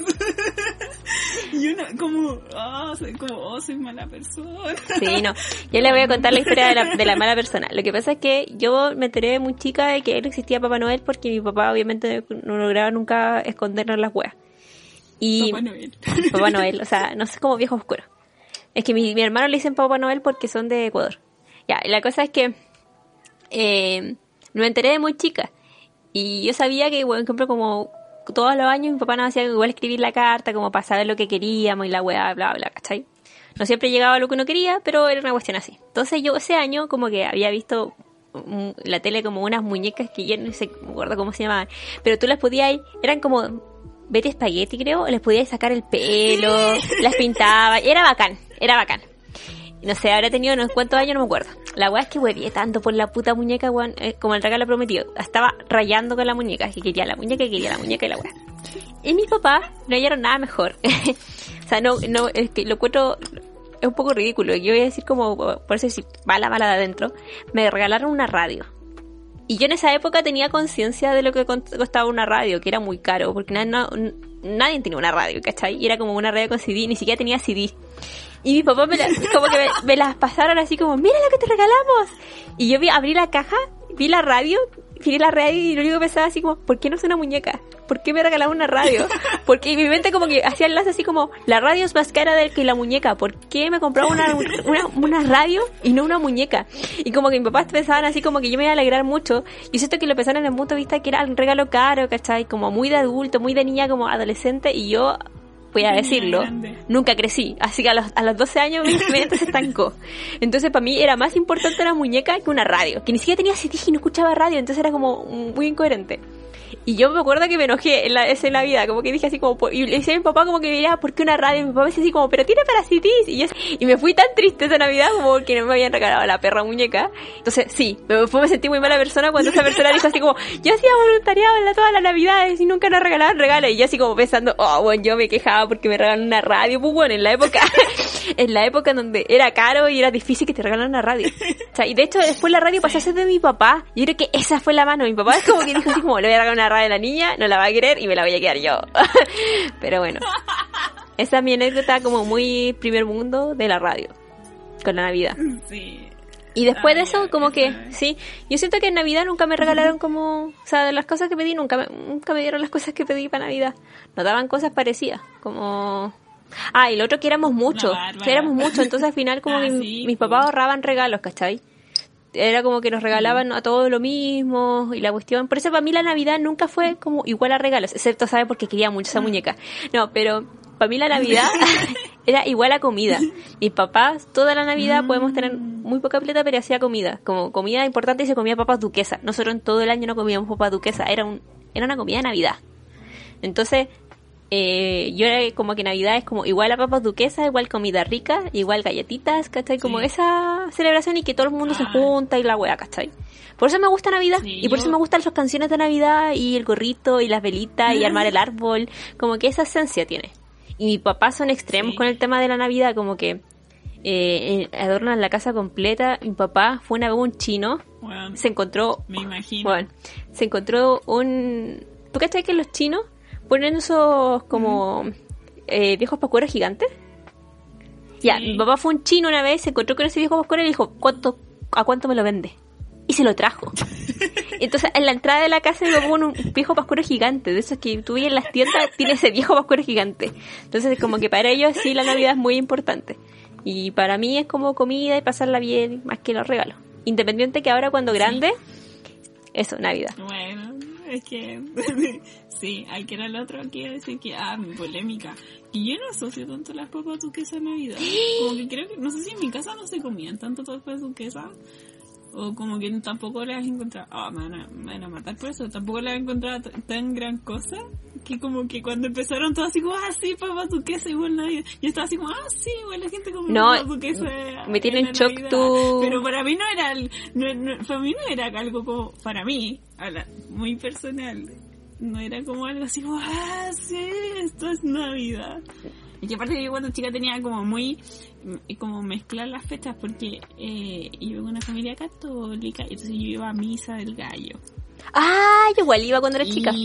Y uno como, oh, soy como, oh, soy mala persona. Sí, no. Yo le voy a contar la historia de la, de la mala persona. Lo que pasa es que yo me enteré muy chica de que no existía Papá Noel porque mi papá obviamente no lograba nunca escondernos las huevas. Y Papá Noel. Papá Noel, o sea, no sé, como viejo oscuro. Es que mi, mi hermano le dicen Papá Noel porque son de Ecuador. Ya, y la cosa es que eh, me enteré de muy chica. Y yo sabía que, por ejemplo, como todos los años mi papá nos hacía igual escribir la carta como para saber lo que queríamos y la weá, bla, bla, ¿cachai? No siempre llegaba a lo que uno quería, pero era una cuestión así. Entonces yo ese año como que había visto um, la tele como unas muñecas que yo no sé, me acuerdo cómo se llamaban, pero tú las podías, eran como Betty Spaghetti creo, les podías sacar el pelo, las pintaba, y era bacán, era bacán. No sé, habrá tenido unos cuantos años, no me acuerdo. La weá es que huevié tanto por la puta muñeca, weón, eh, como el regalo prometido. Estaba rayando con la muñeca, que quería la muñeca, que quería la muñeca y la weá. Y mis papás no hallaron nada mejor. O sea, no, no, es que lo encuentro, es un poco ridículo. Yo voy a decir como, por eso decir, bala, bala de adentro. Me regalaron una radio. Y yo en esa época tenía conciencia de lo que costaba una radio, que era muy caro, porque nadie, no, nadie tenía una radio, ¿cachai? Y era como una radio con C D, ni siquiera tenía C D. Y mi papá me la, como que me, me las pasaron así como, mira lo que te regalamos. Y yo vi, abrí la caja, vi la radio, vi la radio y lo único que pensaba así como, ¿por qué no es una muñeca? ¿Por qué me regalaron una radio? Porque en mi mente como que hacía enlace así como, la radio es más cara del que la muñeca. ¿Por qué me compraron una, una, una radio y no una muñeca? Y como que mis papás pensaban así como que yo me iba a alegrar mucho. Y siento que lo pensaron en el punto de vista que era un regalo caro, ¿cachai? Como muy de adulto, muy de niña, como adolescente. Y yo, voy a decirlo, nunca crecí, así que a los, a los doce años mi mente se estancó. Entonces para mí era más importante una muñeca que una radio, que ni siquiera tenía C D y no escuchaba radio, entonces era como muy incoherente. Y yo me acuerdo que me enojé en la, esa en la vida, como que dije así como, y le decía a mi papá como que me diría, ¿por qué una radio? Y mi papá me decía así como, pero tiene para C Ds. Y yo, y me fui tan triste esa Navidad como que no me habían regalado la perra muñeca. Entonces sí, después me sentí muy mala persona cuando esa persona dijo así como, yo hacía voluntariado en la, todas las Navidades y nunca nos regalaban regalos. Y yo así como pensando, oh, bueno, yo me quejaba porque me regalaron una radio, pues bueno, en la época, en la época en donde era caro y era difícil que te regalaran una radio. O sea, y de hecho después la radio pasó a ser de mi papá. Yo creo que esa fue la mano. Mi papá es como que dijo así como, le voy a regalar una radio a la niña, no la va a querer y me la voy a quedar yo. Pero bueno, esa es mi anécdota como muy primer mundo de la radio con la Navidad. Sí. Y después Ay, de eso, como que, sabes. sí, yo siento que en Navidad nunca me regalaron como, o sea, de las cosas que pedí, nunca me, nunca me dieron las cosas que pedí para Navidad. Nos daban cosas parecidas, como... Ah, y lo otro que éramos muchos, que éramos muchos, entonces al final como Ah, mi, sí, mis pues. papás ahorraban regalos, ¿cachai? Era como que nos regalaban a todos lo mismo y la cuestión. Por eso para mí la Navidad nunca fue como igual a regalos, excepto, ¿sabes? Porque quería mucho esa muñeca. No, pero para mí la Navidad era igual a comida. Mis papás, toda la Navidad podemos tener muy poca plata, pero hacía comida. Como comida importante y se comía papas duquesas. Nosotros en todo el año no comíamos papas duquesas, era, un, era una comida de Navidad. Entonces, eh, yo era como que Navidad es como igual a papas duquesas, igual comida rica, igual galletitas, ¿cachai? Como sí. Esa celebración y que todo el mundo ah. se junta y la wea, ¿cachai? Por eso me gusta Navidad sí, y por yo... eso me gustan las canciones de Navidad y el gorrito y las velitas y armar el árbol, como que esa esencia tiene. Y mis papás son extremos sí. con el tema de la Navidad, como que eh, adornan la casa completa. Mi papá fue una vez un chino, bueno, se encontró... Me imagino. Bueno, se encontró un... ¿Tú cachai que los chinos ponen esos como mm. eh, viejos pascueros gigantes? Sí. Ya, mi papá fue un chino una vez, se encontró con ese viejo pascuero y le dijo, ¿cuánto, ¿a cuánto me lo vende? Y se lo trajo. Entonces, en la entrada de la casa me pongo un viejo pascuero gigante. De esos que tú ves en las tiendas, tiene ese viejo pascuero gigante. Entonces, como que para ellos sí la Navidad es muy importante. Y para mí es como comida y pasarla bien, más que los regalos. Independiente que ahora cuando grande, sí. eso, Navidad. Bueno, es que... sí, al que era el otro, quiero decir que... Ah, mi polémica. Y yo no asocio tanto las papas duquesas a Navidad. Como que creo que... No sé si en mi casa no se comían tanto papas duquesas. O como que tampoco las encontraba, oh, me, van a, me van a matar por eso, tampoco las encontraba t- tan gran cosa, que como que cuando empezaron todos así como, ah, sí, papas duquesas, igual nadie, yo estaba así como, ah, sí, igual la gente como no, papas duquesas. Me tiene en shock tu... Pero para mí no era, no, no, para mí no era algo como, para mí, la, muy personal, no era como algo así como, ah, sí, esto es Navidad. Y que aparte yo cuando chica tenía como muy, como mezclar las fechas porque eh, iba en una familia católica y entonces yo iba a misa del gallo. Ah, yo igual iba cuando era y, chica.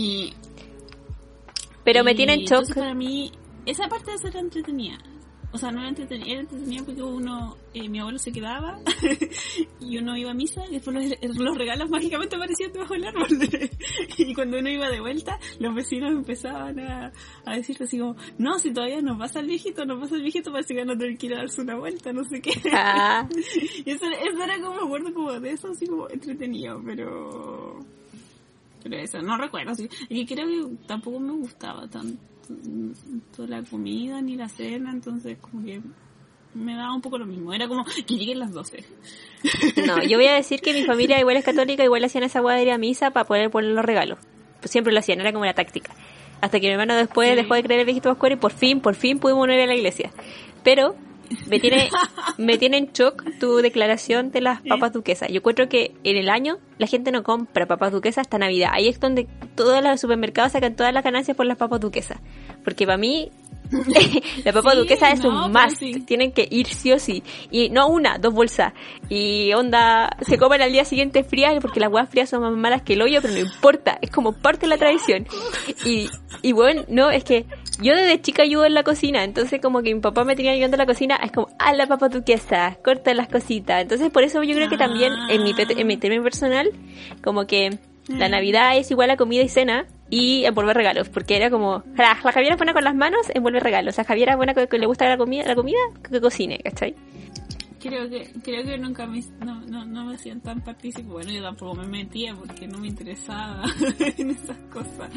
Pero y me tiene en shock. Entonces para mí, esa parte de ser entretenida. O sea, no era entretenida, era entretenida porque uno, eh, mi abuelo se quedaba y uno iba a misa y después los, los regalos mágicamente aparecían debajo del árbol. Y cuando uno iba de vuelta, los vecinos empezaban a, a decir así como, no, si todavía no pasa el viejito, no pasa el viejito, parece que van a tener que ir a darse una vuelta, no sé qué. Ah. Y eso, eso era como, me acuerdo como de eso, así como entretenido, pero... Pero eso, no recuerdo, así. Y creo que tampoco me gustaba tanto toda la comida ni la cena, entonces como que me daba un poco lo mismo, era como que lleguen las doce. No, yo voy a decir que mi familia igual es católica, igual hacían esa hueá de ir a misa para poder poner los regalos, pues siempre lo hacían, era como la táctica, hasta que mi hermano después sí. dejó de creer el viejito pascuero y por fin, por fin pudimos ir a la iglesia, pero me tiene me tiene en shock tu declaración de las papas duquesas. Yo encuentro que en el año la gente no compra papas duquesas hasta Navidad. Ahí es donde todos los supermercados sacan todas las ganancias por las papas duquesas. Porque para mí la papa sí, duquesa es no, un must. Sí. Tienen que ir sí o sí. Y no una, dos bolsas. Y onda, se comen al día siguiente frías porque las huevas frías son más malas que el hoyo, pero no importa. Es como parte de la tradición. Y, y bueno, no, es que yo desde chica ayudo en la cocina. Entonces como que mi papá me tenía ayudando en la cocina. Es como, ah, la papa duquesa, corta las cositas. Entonces por eso yo creo que también en mi, en mi término personal, como que la Navidad es igual a comida y cena y envolver regalos, porque era como la, la Javiera es buena con las manos, envuelve regalos, la Javiera es buena que, que le gusta la comida, la comida que cocine, ¿cachai? Creo que creo que nunca me, no, no, no me hacían tan partícipe. Bueno, yo tampoco me metía porque no me interesaba en esas cosas.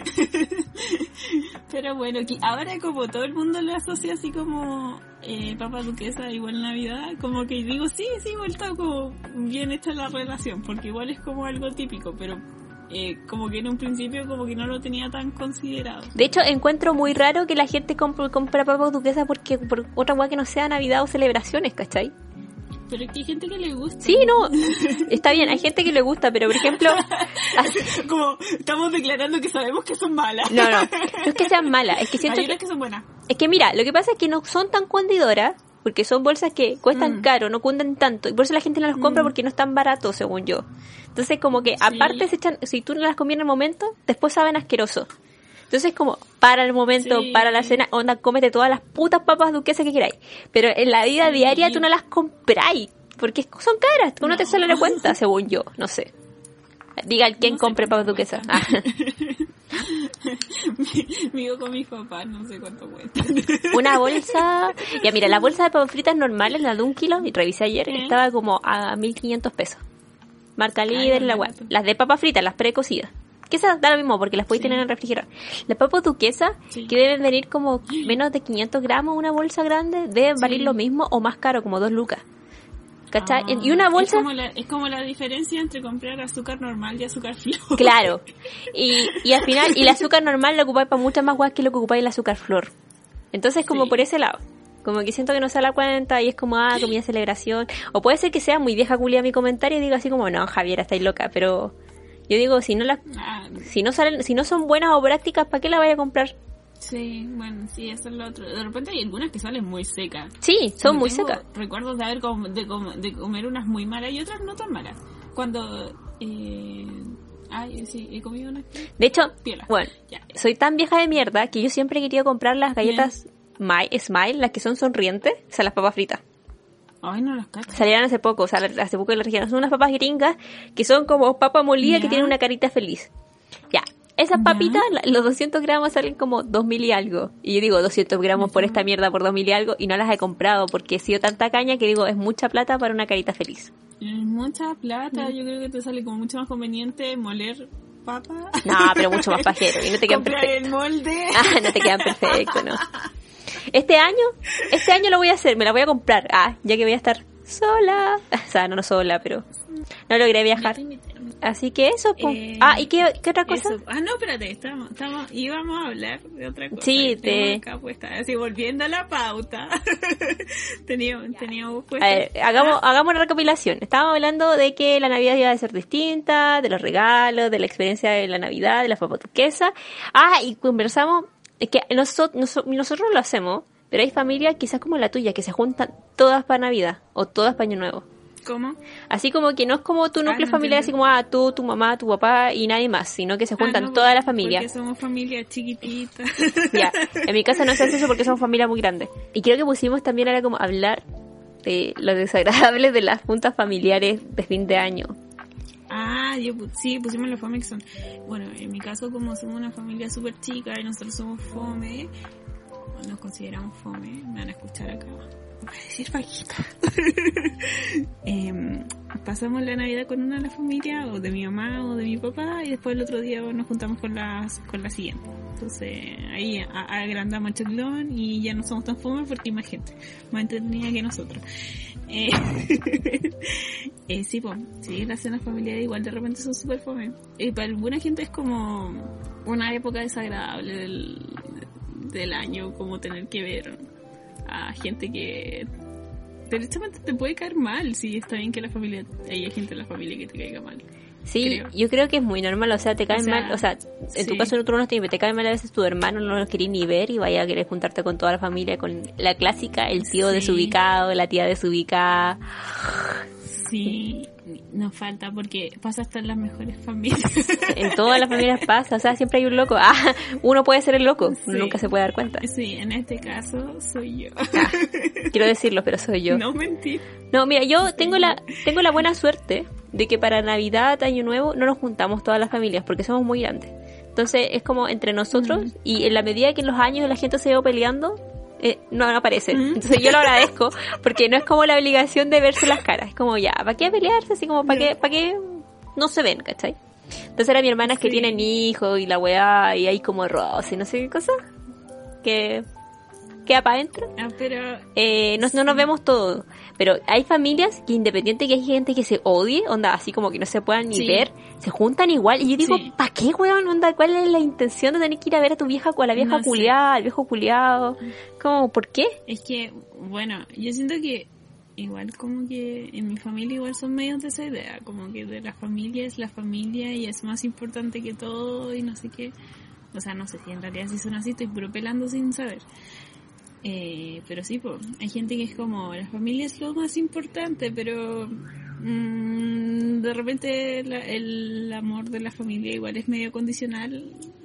Pero bueno, que ahora como todo el mundo le asocia así como eh, papa duquesa igual Navidad, como que digo, sí, sí, igual está como bien hecha la relación, porque igual es como algo típico, pero eh, como que en un principio como que no lo tenía tan considerado. De hecho, encuentro muy raro que la gente compre, compra papas duquesas porque por otra cosa que no sea Navidad o celebraciones, ¿cachai? Pero es que hay gente que le gusta. Sí, no, está bien, hay gente que le gusta, pero por ejemplo... Así, como estamos declarando que sabemos que son malas. No, no, no es que sean malas, es que siento hay unas que... que son buenas. Es que mira, lo que pasa es que no son tan cundidoras, porque son bolsas que cuestan mm. caro, no cunden tanto, y por eso la gente no las compra mm. porque no están baratos, según yo. Entonces como que sí. aparte se echan, si tú no las comías en el momento, después saben asqueroso. Entonces como, para el momento, sí. para la cena, onda, cómete todas las putas papas duquesas que queráis. Pero en la vida sí. diaria tú no las compráis, porque son caras, tú no, no te sale la cuenta, según yo, no sé. Diga el quien no compre papas duquesas. Ah. Vivo con mis papás, no sé cuánto cuesta. Una bolsa... Ya, mira, la bolsa de papas fritas normales, la de un kilo, y revisé ayer, ¿Eh? estaba como a mil quinientos pesos. Marca líder, la web. Las de papas fritas, las precocidas. Que esas da lo mismo, porque las podéis sí. tener en el refrigerador. Las papas duquesas, sí. que deben venir como menos de quinientos gramos, una bolsa grande, deben sí. valer lo mismo o más caro, como dos lucas. ¿Cachai? Ah, y una bolsa... Es como, la, es como la diferencia entre comprar azúcar normal y azúcar flor. Claro. Y, y al final, y el azúcar normal lo ocupáis para muchas más guas que lo que ocupáis el azúcar flor. Entonces, como sí. por ese lado. Como que siento que no se da la cuenta y es como, ah, comida de celebración. O puede ser que sea muy vieja culia mi comentario y digo así como, no, Javiera, estáis loca. Pero yo digo, si no las, ah, si no salen, si no son buenas o prácticas, ¿para qué la vaya a comprar? Sí, bueno, sí, eso es lo otro. De repente hay algunas que salen muy secas. Sí, son Yo muy tengo secas. Recuerdos de haber com- de, com- de comer unas muy malas y otras no tan malas. Cuando... Eh, ay, sí, he comido unas... De hecho, Piola. bueno, ya. Soy tan vieja de mierda que yo siempre he querido comprar las galletas My, Smile, las que son sonrientes, o sea, las papas fritas. Ay, no las cacho. Salieron hace poco, o sea, hace poco las trajeron. Son unas papas gringas que son como papa molida ya. que tienen una carita feliz. Ya. Esas papitas, ya. los doscientos gramos salen como dos mil y algo. Y yo digo doscientos gramos por esta mierda por dos mil y algo y no las he comprado porque he sido tanta caña que digo es mucha plata para una carita feliz. Es mucha plata, mm. yo creo que te sale como mucho más conveniente moler papa. No, pero mucho más pajero y no te quedan perfectos. El molde. Ah, no te quedan perfectos, no. Este año, este año lo voy a hacer, me la voy a comprar. Ah, ya que voy a estar sola. O sea, no, no sola, pero no logré viajar. Así que eso, pues. Eh, ah, ¿y qué, qué otra cosa? Eso. Ah, no, espérate, estamos, estamos, íbamos a hablar de otra cosa. Sí, te... Acá puesta, así, volviendo a la pauta. teníamos, teníamos puesta... A ver, hagamos, ah. hagamos una recopilación. Estábamos hablando de que la Navidad iba a ser distinta, de los regalos, de la experiencia de la Navidad, de la papa turquesa. Ah, y conversamos, es que nosotros, nosotros lo hacemos, pero hay familias quizás como la tuya, que se juntan todas para Navidad, o todas para Año Nuevo. ¿Cómo? Así como que no es como tu núcleo ah, no familiar, entiendo. así como ah, tú, tu mamá, tu papá y nadie más, sino que se juntan ah, no, toda la familia. Porque somos familia chiquitita. Ya, en mi casa no se hace eso porque somos familia muy grande. Y creo que pusimos también ahora como hablar de lo desagradable de las juntas familiares de fin de año. Ah, yo sí, pusimos la fome que son... Bueno, en mi caso como somos una familia súper chica y nosotros somos fome, nos consideramos fome, me van a escuchar acá. Voy a decir bajita. eh, pasamos la Navidad con una de la familia, o de mi mamá o de mi papá, y después el otro día nos juntamos con las con la siguiente. Entonces ahí a, agrandamos el choclón y ya no somos tan fome porque hay más gente, más entretenida que nosotros. Eh, eh, sí, pues, sí, las cenas familiares igual de repente son súper fome. Y para alguna gente es como una época desagradable del, del año, como tener que ver a gente que derechamente te puede caer mal. Si está bien que la familia, hay gente en la familia que te caiga mal. Sí, creo. Yo creo que es muy normal, o sea, te cae o sea, mal, o sea, en sí. tu caso en otro no tiene, te cae mal a veces tu hermano, no lo querés ni ver y vaya a querer juntarte con toda la familia, con la clásica, el tío sí. desubicado, la tía desubicada. Sí, nos falta porque pasa hasta en las mejores familias. En todas las familias pasa, o sea, siempre hay un loco. Ah, uno puede ser el loco, sí. uno nunca se puede dar cuenta. Sí, en este caso soy yo. Ah, quiero decirlo, pero soy yo. No mentir. No, mira, yo sí. tengo la tengo la buena suerte de que para Navidad, Año Nuevo, no nos juntamos todas las familias porque somos muy grandes. Entonces es como entre nosotros mm. y en la medida que en los años la gente se va peleando, Eh, no, no aparece. ¿Mm? Entonces yo lo agradezco porque no es como la obligación de verse las caras. Es como ya, ¿para qué pelearse? Así como, ¿para qué, para qué no se ven? ¿Cachai? Entonces eran mis hermanas sí. que tienen hijos y la weá y hay como roce y no sé qué cosa. Que queda para adentro. Ah, pero... Eh, no, no nos vemos todos. Pero hay familias que independiente que hay gente que se odie, onda, así como que no se puedan ni sí. ver, se juntan igual. Y yo digo, sí. ¿para qué, weón? Onda, ¿cuál es la intención de tener que ir a ver a tu vieja o a la vieja no culiada, al viejo culiado? Como, ¿por qué? Es que, bueno, yo siento que igual como que en mi familia igual son medios de esa idea, como que de la familia es la familia y es más importante que todo y no sé qué. O sea, no sé si en realidad si son así, estoy puro pelando sin saber. Eh, pero sí, pues, hay gente que es como, la familia es lo más importante, pero mmm, de repente la, el amor de la familia igual es medio condicional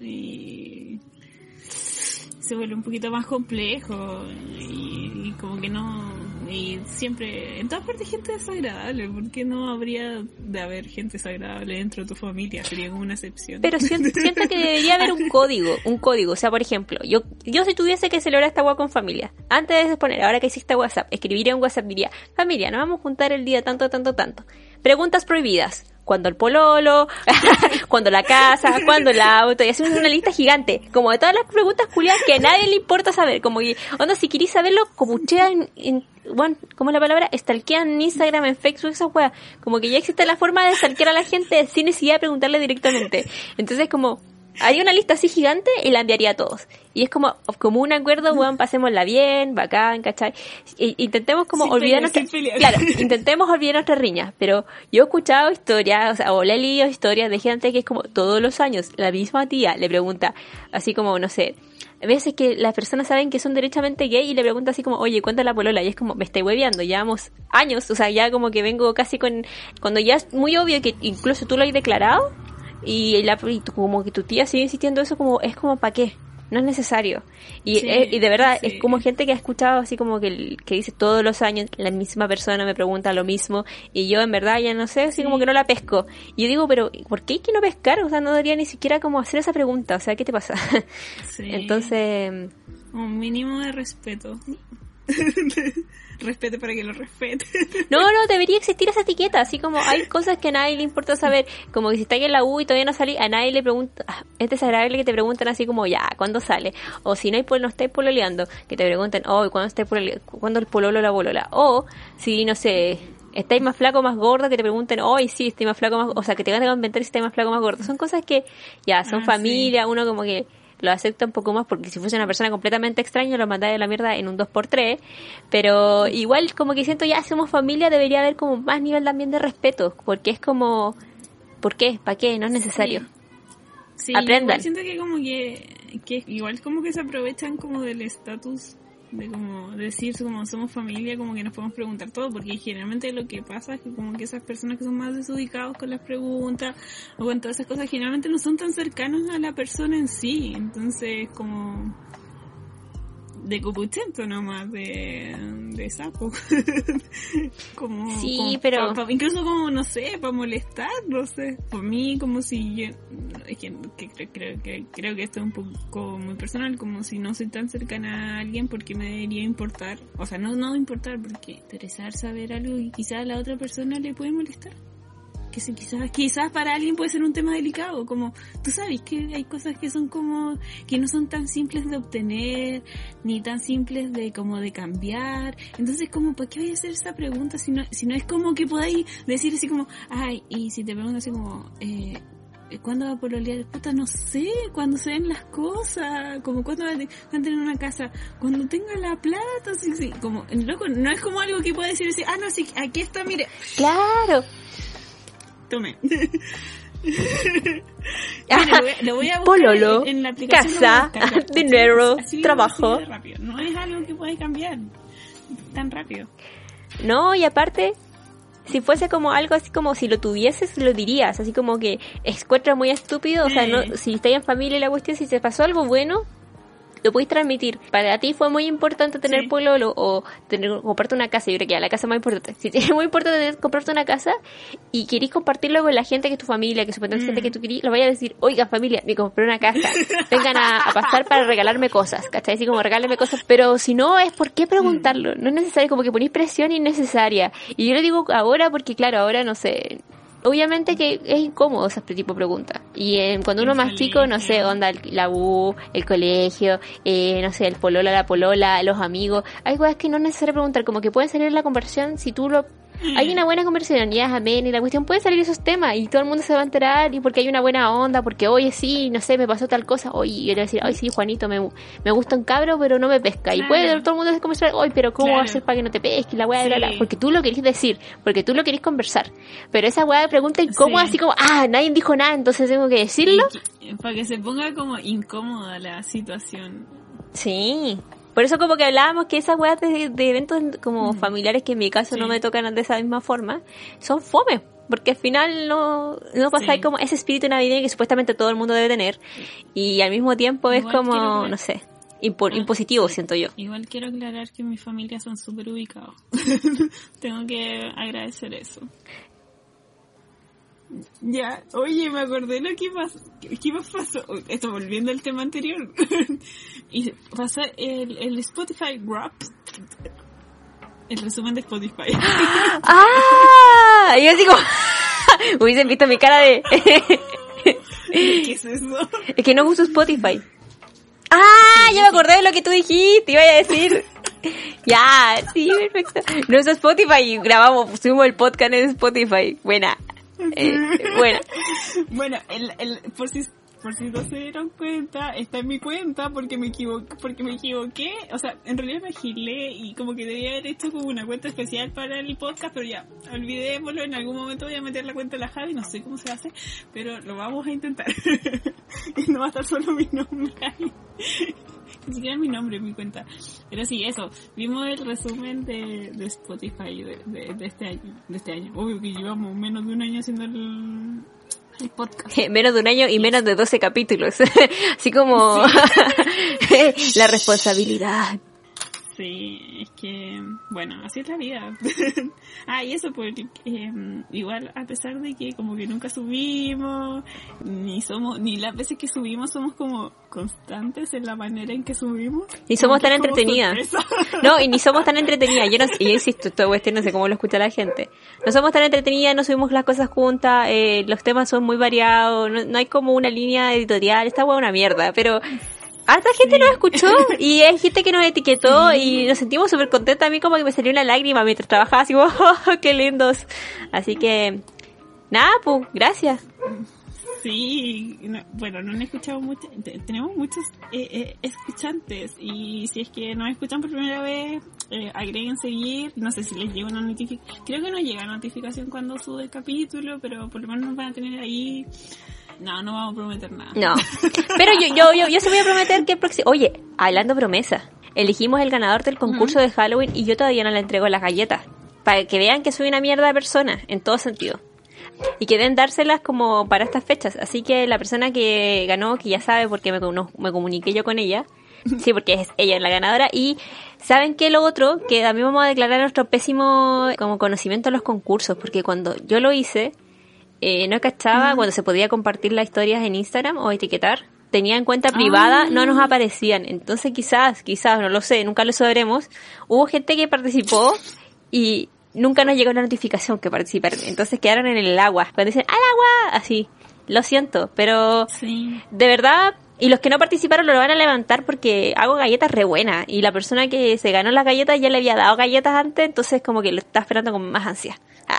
y se vuelve un poquito más complejo y, y como que no Y siempre, en todas partes, gente desagradable. ¿Por qué no habría de haber gente desagradable dentro de tu familia? Sería como una excepción. Pero siento, siento que debería haber un código, un código. O sea, por ejemplo, yo yo si tuviese que celebrar esta hueá con familia, antes de poner, ahora que existe WhatsApp, escribiría un WhatsApp, diría, familia, nos vamos a juntar el día tanto, tanto, tanto. Preguntas prohibidas. Cuando el pololo, cuando la casa, cuando el auto, y hacemos una lista gigante, como de todas las preguntas culiadas que a nadie le importa saber, como que, onda, si querís saberlo, como en, en, bueno, ¿cómo es la palabra? Stalkean en Instagram, en Facebook, esa wea, como que ya existe la forma de stalkear a la gente sin necesidad de preguntarle directamente. Entonces, como, hay una lista así gigante y la enviaría a todos. Y es como, como un acuerdo, weón, pasémosla bien, bacán, ¿cachai? Y, intentemos como sin olvidarnos, pelear, que, claro, intentemos olvidar nuestras riñas. Pero yo he escuchado historias, o sea, o le he leído historias de gente que es como todos los años, la misma tía le pregunta, así como, no sé, a veces que las personas saben que son derechamente gay y le pregunta así como, oye, ¿cuánto es la polola? Y es como, me estoy hueveando, llevamos años, o sea, ya como que vengo casi con, cuando ya es muy obvio que incluso tú lo has declarado, y, la, y tu, como que tu tía sigue insistiendo eso, como es como ¿para qué? No es necesario. Y, sí, es, y de verdad sí. Es como gente que ha escuchado así como que, que dice todos los años la misma persona me pregunta lo mismo y yo en verdad ya no sé, así sí. Como que no la pesco. Y yo digo, pero ¿por qué hay que no pescar? O sea, no debería ni siquiera como hacer esa pregunta. O sea, ¿qué te pasa? Sí. Entonces... un mínimo de respeto. Respete para que lo respete. No, no, debería existir esa etiqueta, así como hay cosas que a nadie le importa saber, como que si estás en la U y todavía no salí, a nadie le pregunta, es desagradable que te pregunten así como, ya, ¿cuándo sale? O si no hay pol, no estáis pololeando, que te pregunten, oh, ¿cuándo estáis pololeando? ¿Cuándo el pololo o la bolola? O, si, no sé, estáis más flaco o más gordo, que te pregunten, oh, sí, estoy más flaco o más, o sea, que te van a inventar si estáis más flaco o más gordo. Son cosas que, ya, son ah, familia, sí. Uno como que lo acepta un poco más porque si fuese una persona completamente extraña lo mandaría a la mierda en un dos por tres, pero igual como que siento ya somos familia, debería haber como más nivel también de respeto, porque es como, ¿por qué? ¿Para qué? No es necesario. Sí, sí, aprendan. Siento que como que, que igual como que se aprovechan como del estatus de como decir como somos familia, como que nos podemos preguntar todo, porque generalmente lo que pasa es que como que esas personas que son más desubicados con las preguntas o con todas esas cosas generalmente no son tan cercanos a la persona en sí, entonces como de copuchento nomás, de, de sapo. como, sí, como pero... Pa, pa, incluso como, no sé, para molestar, no sé. Por mí, como si yo... Es que, que creo, creo, que, creo que esto es un poco muy personal, como si no soy tan cercana a alguien, porque me debería importar. O sea, no, no importar, porque interesar saber algo y quizás a la otra persona le puede molestar. Que si quizás quizás para alguien puede ser un tema delicado, como tú sabes que hay cosas que son como que no son tan simples de obtener ni tan simples de como de cambiar, entonces como ¿para qué voy a hacer esa pregunta si no si no es como que podáis decir así como ay, y si te preguntan así como eh ¿cuándo va a pololear? Puta, no sé, cuando se den las cosas, como cuando van a tener una casa, cuando tenga la plata, así, sí, como, loco, no es como algo que pueda decir así, ah, no, sí, aquí está, mire. Claro. Tome. Mire, lo, voy, lo voy a buscar pololo, en, en la aplicación. Casa, dinero, así, trabajo. Así rápido. No es algo que pueda cambiar tan rápido. No, y aparte, si fuese como algo así como si lo tuvieses, lo dirías, así como que encuentras muy estúpido, o sea, no, si estáis en familia y la cuestión, si te pasó algo bueno, lo puedes transmitir. Para ti fue muy importante tener sí. pololo o tener comprarte una casa. Yo creo que ya la casa es más importante. Si es muy importante tener, comprarte una casa y querís compartirlo con la gente que es tu familia, que supuestamente mm. gente que tú querís, lo vayas a decir, oiga familia, me compré una casa, vengan a, a pasar para regalarme cosas, ¿cachai? Así como regálenme cosas, pero si no es, ¿por qué preguntarlo? Mm. No es necesario, como que ponís presión innecesaria. Y yo lo digo ahora porque claro, ahora no sé... Obviamente que es incómodo ese tipo de preguntas. Y eh, cuando uno más chico, no sé, onda la U, el colegio, eh, no sé, el polola, la polola, los amigos. Hay cosas que no es necesario preguntar, como que pueden salir en la conversación si tú lo... Hay una buena conversación, ya es amén, y la cuestión puede salir esos temas y todo el mundo se va a enterar y porque hay una buena onda, porque oye sí, no sé, me pasó tal cosa, oye, y yo le voy a decir, ay sí, Juanito, me, me gusta un cabro pero no me pesca, claro. Y puede todo el mundo conversar, oye, pero ¿cómo claro. va a ser para que no te pesque? La weá sí. de la, porque tú lo querís decir, porque tú lo querís conversar, pero esa weá de pregunta incómoda, sí. así como, ah, nadie dijo nada, entonces tengo que decirlo. Que, para que se ponga como incómoda la situación. Sí. Por eso como que hablábamos que esas weas de, de eventos como mm. familiares, que en mi caso sí. no me tocan de esa misma forma, son fome, porque al final no, no pasa sí. como ese espíritu navideño que supuestamente todo el mundo debe tener, y al mismo tiempo es Igual como, no sé. impo- impositivo, siento yo. Igual quiero aclarar que mi familia son súper ubicados. Tengo que agradecer eso. Ya, oye, me acordé lo que pasó. ¿Qué más pasó? Esto volviendo al tema anterior. Y pasa el, el Spotify Wrapped. El resumen de Spotify. ¡Ah! Y yo digo, hubiesen visto mi cara de... ¿Qué es eso? Es que no uso Spotify. ¡Ah! Sí, ya me acordé de lo que tú dijiste, iba a decir. Ya, sí, perfecto. No uso Spotify y grabamos, subimos el podcast en Spotify. Buena. Eh, buena. Bueno, el, el, por si por si no se dieron cuenta, está en mi cuenta porque me equivoqué, porque me equivoqué, o sea, en realidad me agilé y como que debía haber hecho como una cuenta especial para el podcast, pero ya, olvidémoslo, en algún momento voy a meter la cuenta de la Javi, no sé cómo se hace, pero lo vamos a intentar. Y no va a estar solo mi nombre ahí. Ni siquiera mi nombre en mi cuenta. Pero sí, eso, vimos el resumen de, de Spotify de, de, de este año, de este año. Obvio que llevamos menos de un año haciendo el, el podcast. Menos de un año y menos de doce capítulos. Así como sí. La responsabilidad. Sí, es que, bueno, así es la vida. Ah, y eso, pues, eh, igual, a pesar de que como que nunca subimos, ni somos, ni las veces que subimos somos como constantes en la manera en que subimos. Ni somos tan entretenidas. No, y ni somos tan entretenidas. Yo no yo insisto, todo este no sé cómo lo escucha la gente. No somos tan entretenidas, no subimos las cosas juntas, eh, los temas son muy variados, no, no hay como una línea editorial, esta hueá es una mierda, pero... Harta gente sí. Nos escuchó y hay gente que nos etiquetó sí. Y nos sentimos súper contentos. A mí como que me salió una lágrima mientras trabajaba así, oh, qué lindos. Así que, nada, pues, gracias. Sí, no, bueno, no han escuchado mucho, tenemos muchos eh, eh, escuchantes y si es que nos escuchan por primera vez, eh, agreguen seguir, no sé si les llega una notificación, creo que no llega notificación cuando sube el capítulo, pero por lo menos nos van a tener ahí. No, no vamos a prometer nada. No, pero yo yo yo, yo se voy a prometer que el próximo... Oye, hablando promesa, elegimos el ganador del concurso uh-huh. de Halloween y yo todavía no le entrego las galletas. Para que vean que soy una mierda de persona, en todo sentido. Y que deben dárselas como para estas fechas. Así que la persona que ganó, que ya sabe porque me, no, me comuniqué yo con ella, sí, porque es ella la ganadora. Y ¿saben qué? Lo otro, que también vamos a declarar nuestro pésimo como conocimiento de los concursos. Porque cuando yo lo hice... Eh, no cachaba mm. cuando se podía compartir las historias en Instagram o etiquetar, tenía en cuenta privada, ah. no nos aparecían, entonces quizás, quizás, no lo sé, nunca lo sabremos, hubo gente que participó y nunca nos llegó la notificación que participaron, entonces quedaron en el agua, cuando dicen ¡al agua! Así, lo siento, pero sí. De verdad, y los que no participaron lo van a levantar porque hago galletas re buenas y la persona que se ganó las galletas ya le había dado galletas antes, entonces como que lo está esperando con más ansia.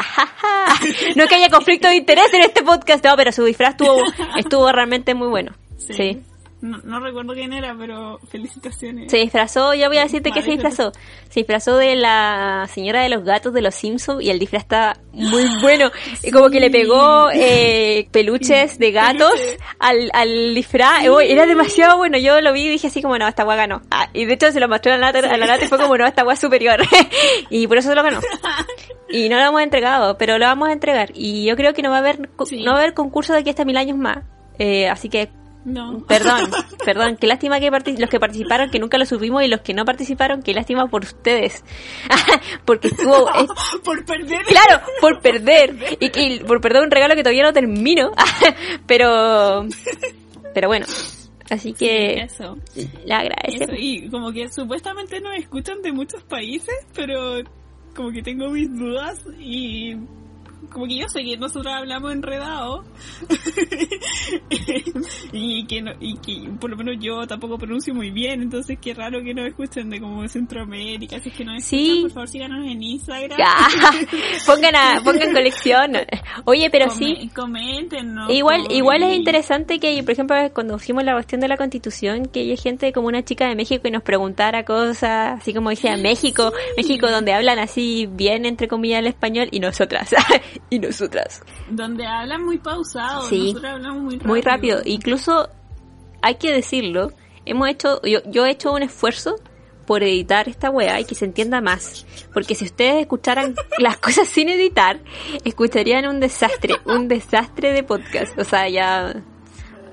No que haya conflicto de interés en este podcast, no, pero su disfraz estuvo, estuvo realmente muy bueno. Sí. sí. No, no recuerdo quién era, pero felicitaciones. Se disfrazó, yo voy a decirte que se disfrazó. Se disfrazó de la señora de los gatos de los Simpsons y el disfraz está muy bueno. Sí. Como que le pegó eh, peluches de gatos al, al disfraz. Sí. Era demasiado bueno. Yo lo vi y dije así como, no, esta guay ganó. Ah, y de hecho se lo mostró a la lata, a la lata y fue como, no, esta guay es superior. Y por eso se lo ganó. Y no lo hemos entregado, pero lo vamos a entregar. Y yo creo que no va a haber, sí. no va a haber concurso de aquí hasta mil años más. Eh, así que No. Perdón, perdón, qué lástima que partic- los que participaron, que nunca lo subimos, y los que no participaron, qué lástima por ustedes. Porque estuvo... Es... por perder. Claro, por perder. Y, y por perder un regalo que todavía no termino. Pero... Pero bueno. Así que... Sí, eso. Le agradecemos. Eso, y como que supuestamente nos escuchan de muchos países, pero como que tengo mis dudas y... Como que yo sé que nosotros hablamos enredado y, que no, y que por lo menos yo tampoco pronuncio muy bien, entonces qué raro que nos escuchen de como Centroamérica, si es que nos escuchan, sí. Por favor síganos en Instagram. Ya. pongan a, pongan colección. Oye, pero Come, sí. Comenten, ¿no? Igual, por... igual es interesante que, por ejemplo, cuando hicimos la cuestión de la Constitución, que haya gente como una chica de México y nos preguntara cosas, así como decía México, sí. México donde hablan así bien, entre comillas, el español, y nosotras. Y nosotras. Donde hablan muy pausado, sí, nosotros hablamos muy rápido. Muy rápido. Incluso, hay que decirlo, hemos hecho, yo, yo he hecho un esfuerzo por editar esta weá y que se entienda más. Porque si ustedes escucharan las cosas sin editar, escucharían un desastre, un desastre de podcast. O sea, ya...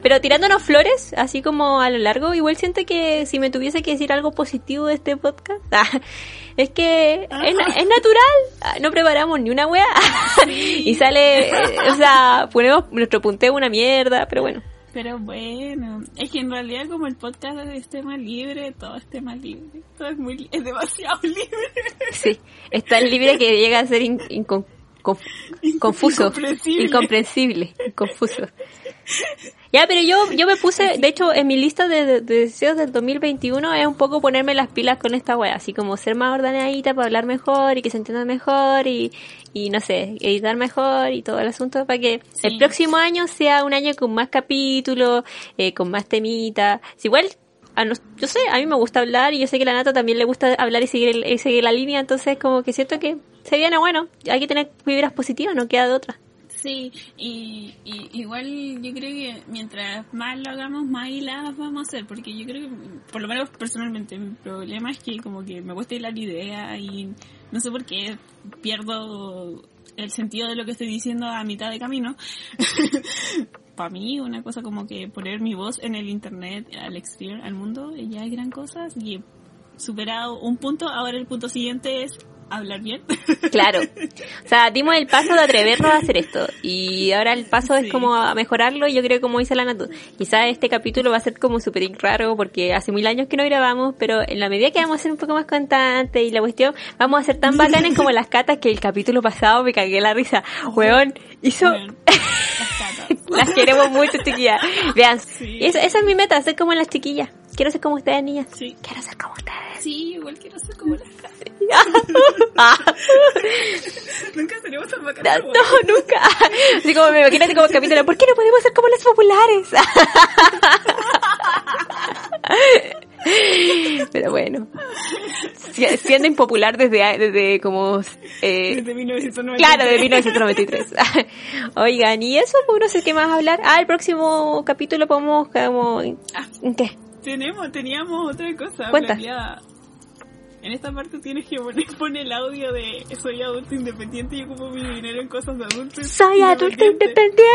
pero tirándonos flores, así como a lo largo, igual siento que si me tuviese que decir algo positivo de este podcast, ah, es que Ah. es, es natural, ah, no preparamos ni una wea, Sí. y sale, eh, o sea, ponemos nuestro punteo una mierda, pero bueno. Pero bueno, es que en realidad como el podcast es tema libre, todo es tema libre. Todo es muy li- es demasiado libre. Sí, es tan libre que llega a ser in- incon- conf- confuso, Incomprensible. incomprensible, confuso. Ya, pero yo yo me puse, de hecho, en mi lista de, de- de deseos del dos mil veintiuno es un poco ponerme las pilas con esta wea, así como ser más ordenadita para hablar mejor y que se entienda mejor y, y no sé, editar mejor y todo el asunto para que Sí. el próximo año sea un año con más capítulos, eh, con más temitas. Si igual, a nos- yo sé, a mí me gusta hablar y yo sé que a la Nata también le gusta hablar y seguir, el- y seguir la línea, entonces como que siento que se viene bueno, hay que tener vibras positivas, no queda de otra. Sí, y, y igual yo creo que mientras más lo hagamos, más hiladas vamos a hacer, porque yo creo que, por lo menos personalmente, mi problema es que como que me cuesta hilar idea y no sé por qué pierdo el sentido de lo que estoy diciendo a mitad de camino. Para mí, una cosa como que poner mi voz en el internet al exterior, al mundo, ya es gran cosa, y he superado un punto, ahora el punto siguiente es hablar bien. Claro. O sea, dimos el paso de atrevernos a hacer esto. Y ahora el paso Sí. es como a mejorarlo. Yo creo, como dice la Natu, quizás este capítulo va a ser como súper raro porque hace mil años que no grabamos, pero en la medida que vamos a ser un poco más constantes y la cuestión, vamos a ser tan bacanes como las catas que el capítulo pasado me cagué la risa. Weón, hizo... Bueno, las catas. Las queremos mucho, chiquillas. Vean, Sí. esa, esa es mi meta, ser como las chiquillas. Quiero ser como ustedes, niñas. Sí. Quiero ser como ustedes. Sí, igual quiero ser como las catas. Ah. Nunca tenemos tan bacanas No, como no, nunca. Así como me imagínate como capítulo, ¿por qué no podemos ser como las populares? Pero bueno, Si- siendo impopular desde, desde como... Eh, desde mil novecientos noventa y tres. claro, de mil novecientos noventa y tres. Oigan, y eso, pues no sé qué más hablar. Ah, el próximo capítulo podemos... Como, Ah, ¿qué? tenemos, teníamos otra cosa Cuenta. planeada. En esta parte tienes que poner, poner el audio de soy adulto independiente y ocupo mi dinero en cosas de adultos. Soy adulto independiente.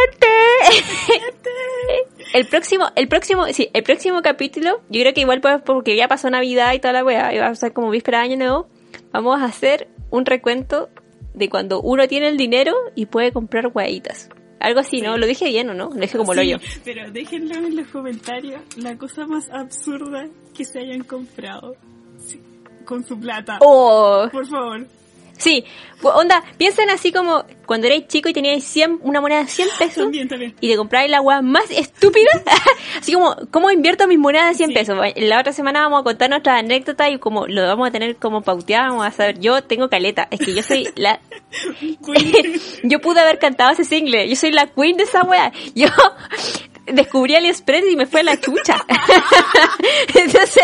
El próximo, el próximo, sí, el próximo capítulo, yo creo que igual pues, porque ya pasó Navidad y toda la wea, y va a ser como víspera de Año Nuevo, vamos a hacer un recuento de cuando uno tiene el dinero y puede comprar hueitas. Algo así, ¿no? Sí. Lo dije bien, ¿o no? Lo dije como lo Sí, yo. pero déjenlo en los comentarios la cosa más absurda que se hayan comprado. Sí, con su plata. Oh, Por favor. sí, pues, onda, piensen así como cuando erais chico y teníais cien, una moneda de cien pesos. También, también. Y te compráis la weá más estúpida. Así como, ¿cómo invierto mis monedas de cien Sí. pesos? La otra semana vamos a contar nuestras anécdotas y como lo vamos a tener como pauteado, vamos a saber. Yo tengo caleta. Es que yo soy la... Queen. Yo pude haber cantado ese single. Yo soy la queen de esa weá. Yo descubrí AliExpress y me fue a la chucha. Entonces,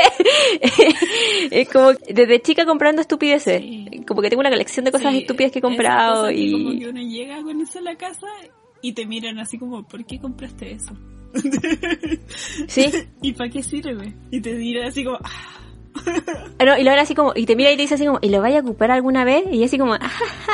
es como desde chica comprando estupideces. Sí. Como que tengo una colección de cosas Sí, estúpidas que he esas comprado cosas que y... como que uno llega con eso a la casa y te miran así como, ¿por qué compraste eso? Sí. ¿Y para qué sirve? Y te dirán así como, ah, No, y luego así como, y te mira y te dice así como, ¿y lo vaya a ocupar alguna vez? Y yo así como,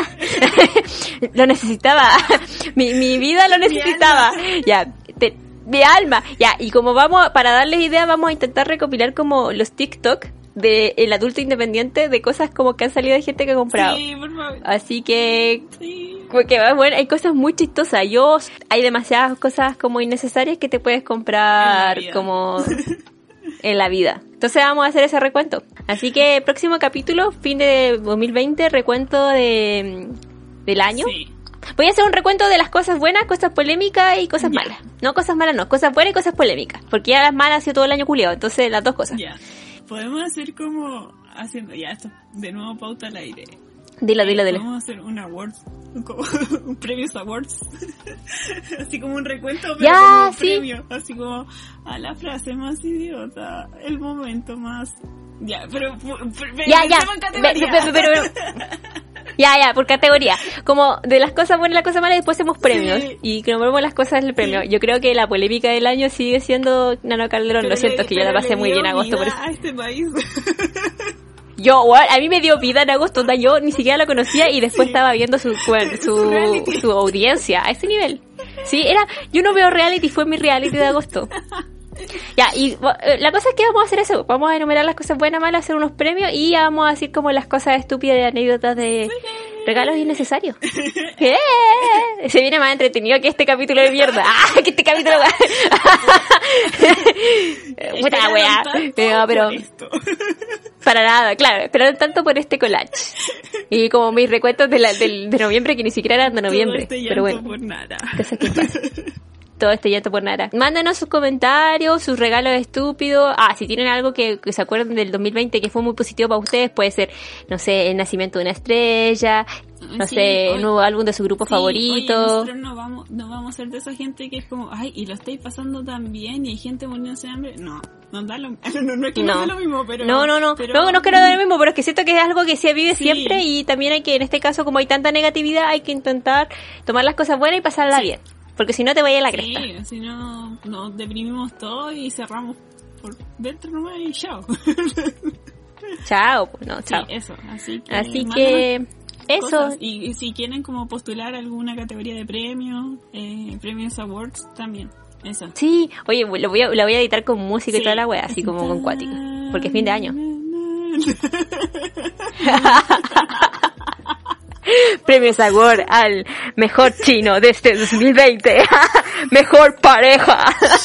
lo necesitaba, mi, mi vida lo necesitaba, ya, te- mi alma, ya, y como vamos, a- para darles idea, vamos a intentar recopilar como los TikTok de el adulto independiente, de cosas como que han salido de gente que ha comprado. sí, por favor. Así que, Sí. porque bueno, hay cosas muy chistosas. Yo, hay demasiadas cosas como innecesarias que te puedes comprar En la vida. como en la vida. Entonces vamos a hacer ese recuento. Así que próximo capítulo, fin de dos mil veinte, recuento de del año. Sí. Voy a hacer un recuento de las cosas buenas, cosas polémicas y cosas Ya. malas. No, cosas malas no, cosas buenas y cosas polémicas. Porque ya las malas ha sido todo el año culiado. Entonces las dos cosas. Ya. Podemos hacer como haciendo ya esto, de nuevo pauta al aire. Dilo, dilo, dilo. Podemos hacer un awards, un, como, un premios awards. Así como un recuento, pero Ya, como un sí. premio. Así como a la frase más idiota, el momento más... Ya, pero... pero Ya, ya. pensemos en categoría. Ve- ve- pero- Ya, ya, por categoría. Como de las cosas buenas y las cosas malas, después hacemos premios. Sí. Y que nombremos las cosas del premio. Sí. Yo creo que la polémica del año sigue siendo Nano Calderón. Pero Lo siento, le- es que yo la pero pasé le muy bien en dio agosto por vida eso. a este país. Yo, bueno, a mí me dio vida en agosto, onda, yo ni siquiera la conocía y después Sí. estaba viendo su, bueno, Su reality. su, su audiencia a ese nivel. Sí, era, yo no veo reality, fue mi reality de agosto. Ya, y la cosa es que vamos a hacer eso, vamos a enumerar las cosas buenas, malas, hacer unos premios y vamos a decir como las cosas estúpidas de anécdotas de regalos innecesarios. ¿Qué? Se viene más entretenido que este capítulo de mierda. ¡Ah! Que este capítulo... Puta la weá. No, pero... Para nada, claro, esperaron tanto por este collage. Y como mis recuentos de, la, de, de noviembre que ni siquiera eran de noviembre. Todo este pero bueno, por nada. Cosas que pasan. Todo este llanto por nada. Mándanos sus comentarios, sus regalos estúpidos. Ah, si tienen algo que, que se acuerden del dos mil veinte que fue muy positivo para ustedes, puede ser, no sé, el nacimiento de una estrella, no Sí, sé, oye, un nuevo álbum de su grupo sí, favorito. Oye, nosotros no vamos, no vamos a ser de esa gente que es como, ay, y lo estáis pasando tan bien y hay gente muriéndose de hambre. No, no da lo, no, no es que no, No. sea lo mismo, pero... No, no, no, pero, no, no quiero dar lo mismo, pero es que siento que es algo que se vive Sí. siempre y también hay que, en este caso, como hay tanta negatividad, hay que intentar tomar las cosas buenas y pasarla Sí. bien. Porque si no te vaya a la cresta. Sí, si no, nos deprimimos todo y cerramos por dentro nomás y chao. Chao, pues no, Sí, chao. eso, así que... Así mándanos que, eso. cosas. Y, y si quieren como postular alguna categoría de premios, eh, premios awards, también, eso. Sí, oye, lo voy a, la voy a editar con música y Sí. toda la wea, así como con cuático. Porque es fin de año. Premios Award al mejor chino de este dos mil veinte. Mejor pareja.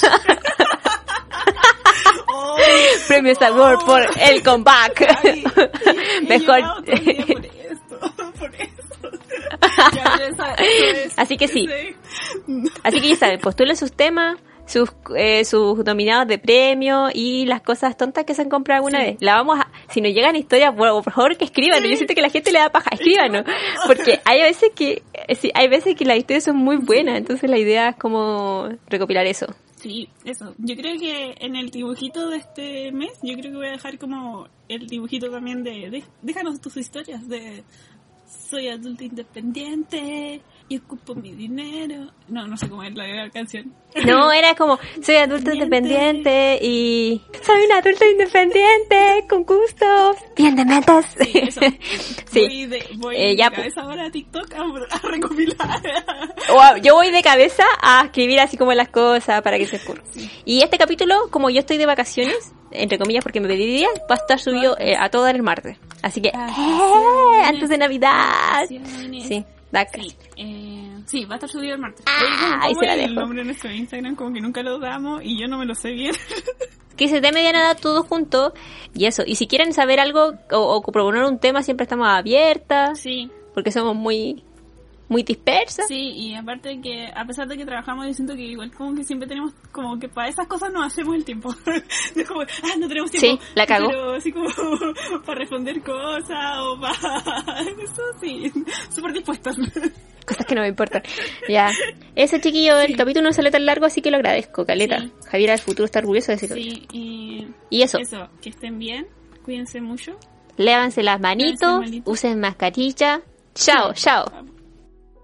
Oh, Premios Award por el comeback. ay, Mejor. he llorado todo el día por esto, por esto. Ya, esa- eso es- Así que sí. ese- Así que ya saben, postulen sus temas, sus eh, sus nominados de premio y las cosas tontas que se han comprado alguna Sí. vez. La vamos a, si nos llegan historias, por, por favor que escriban. Yo siento que la gente le da paja, escríbanos. Porque hay veces que, sí, hay veces que las historias son muy buenas, entonces la idea es como recopilar eso. Sí, eso. Yo creo que en el dibujito de este mes, yo creo que voy a dejar como el dibujito también de, de déjanos tus historias de soy adulta independiente y ocupo mi dinero. No, no sé cómo es la canción. No, era como, soy adulto independiente y soy una adulta independiente con gustos bien de metas. Sí, eso. Sí. Voy de, voy Eh, de ya, cabeza ahora a TikTok a, a recopilar. Wow, yo voy de cabeza a escribir así como las cosas para que se ocurra. Y este capítulo, como yo estoy de vacaciones, entre comillas porque me pedí días, va a estar subido eh, a todo el martes. Así que, eh, antes de Navidad. Sí, da Sí, eh, sí, va a estar subido el martes. Ah, Oye, ¿cómo, ahí cómo se la es el dejo. nombre de nuestro Instagram? Como que nunca lo damos y yo no me lo sé bien. Que se dé mediana edad todos juntos. Y eso. Y si quieren saber algo o, o proponer un tema, siempre estamos abiertas. Sí, Porque somos muy, muy dispersas. sí, y aparte de que a pesar de que trabajamos, yo siento que igual como que siempre tenemos, como que para esas cosas no hacemos el tiempo. Es como, ah, no tenemos tiempo. Sí, la cago. Pero así como para responder cosas o para... Eso sí, súper dispuestas. Cosas que no me importan. Ya. Eso, chiquillo, el Sí. capítulo no sale tan largo, así que lo agradezco, caleta. Sí. Javiera del futuro está orgulloso de ese capítulo. Sí, y... Y eso. Eso, que estén bien, cuídense mucho. Lévanse las manitos, Lévanse las manitos. usen mascarilla. Chao, chao.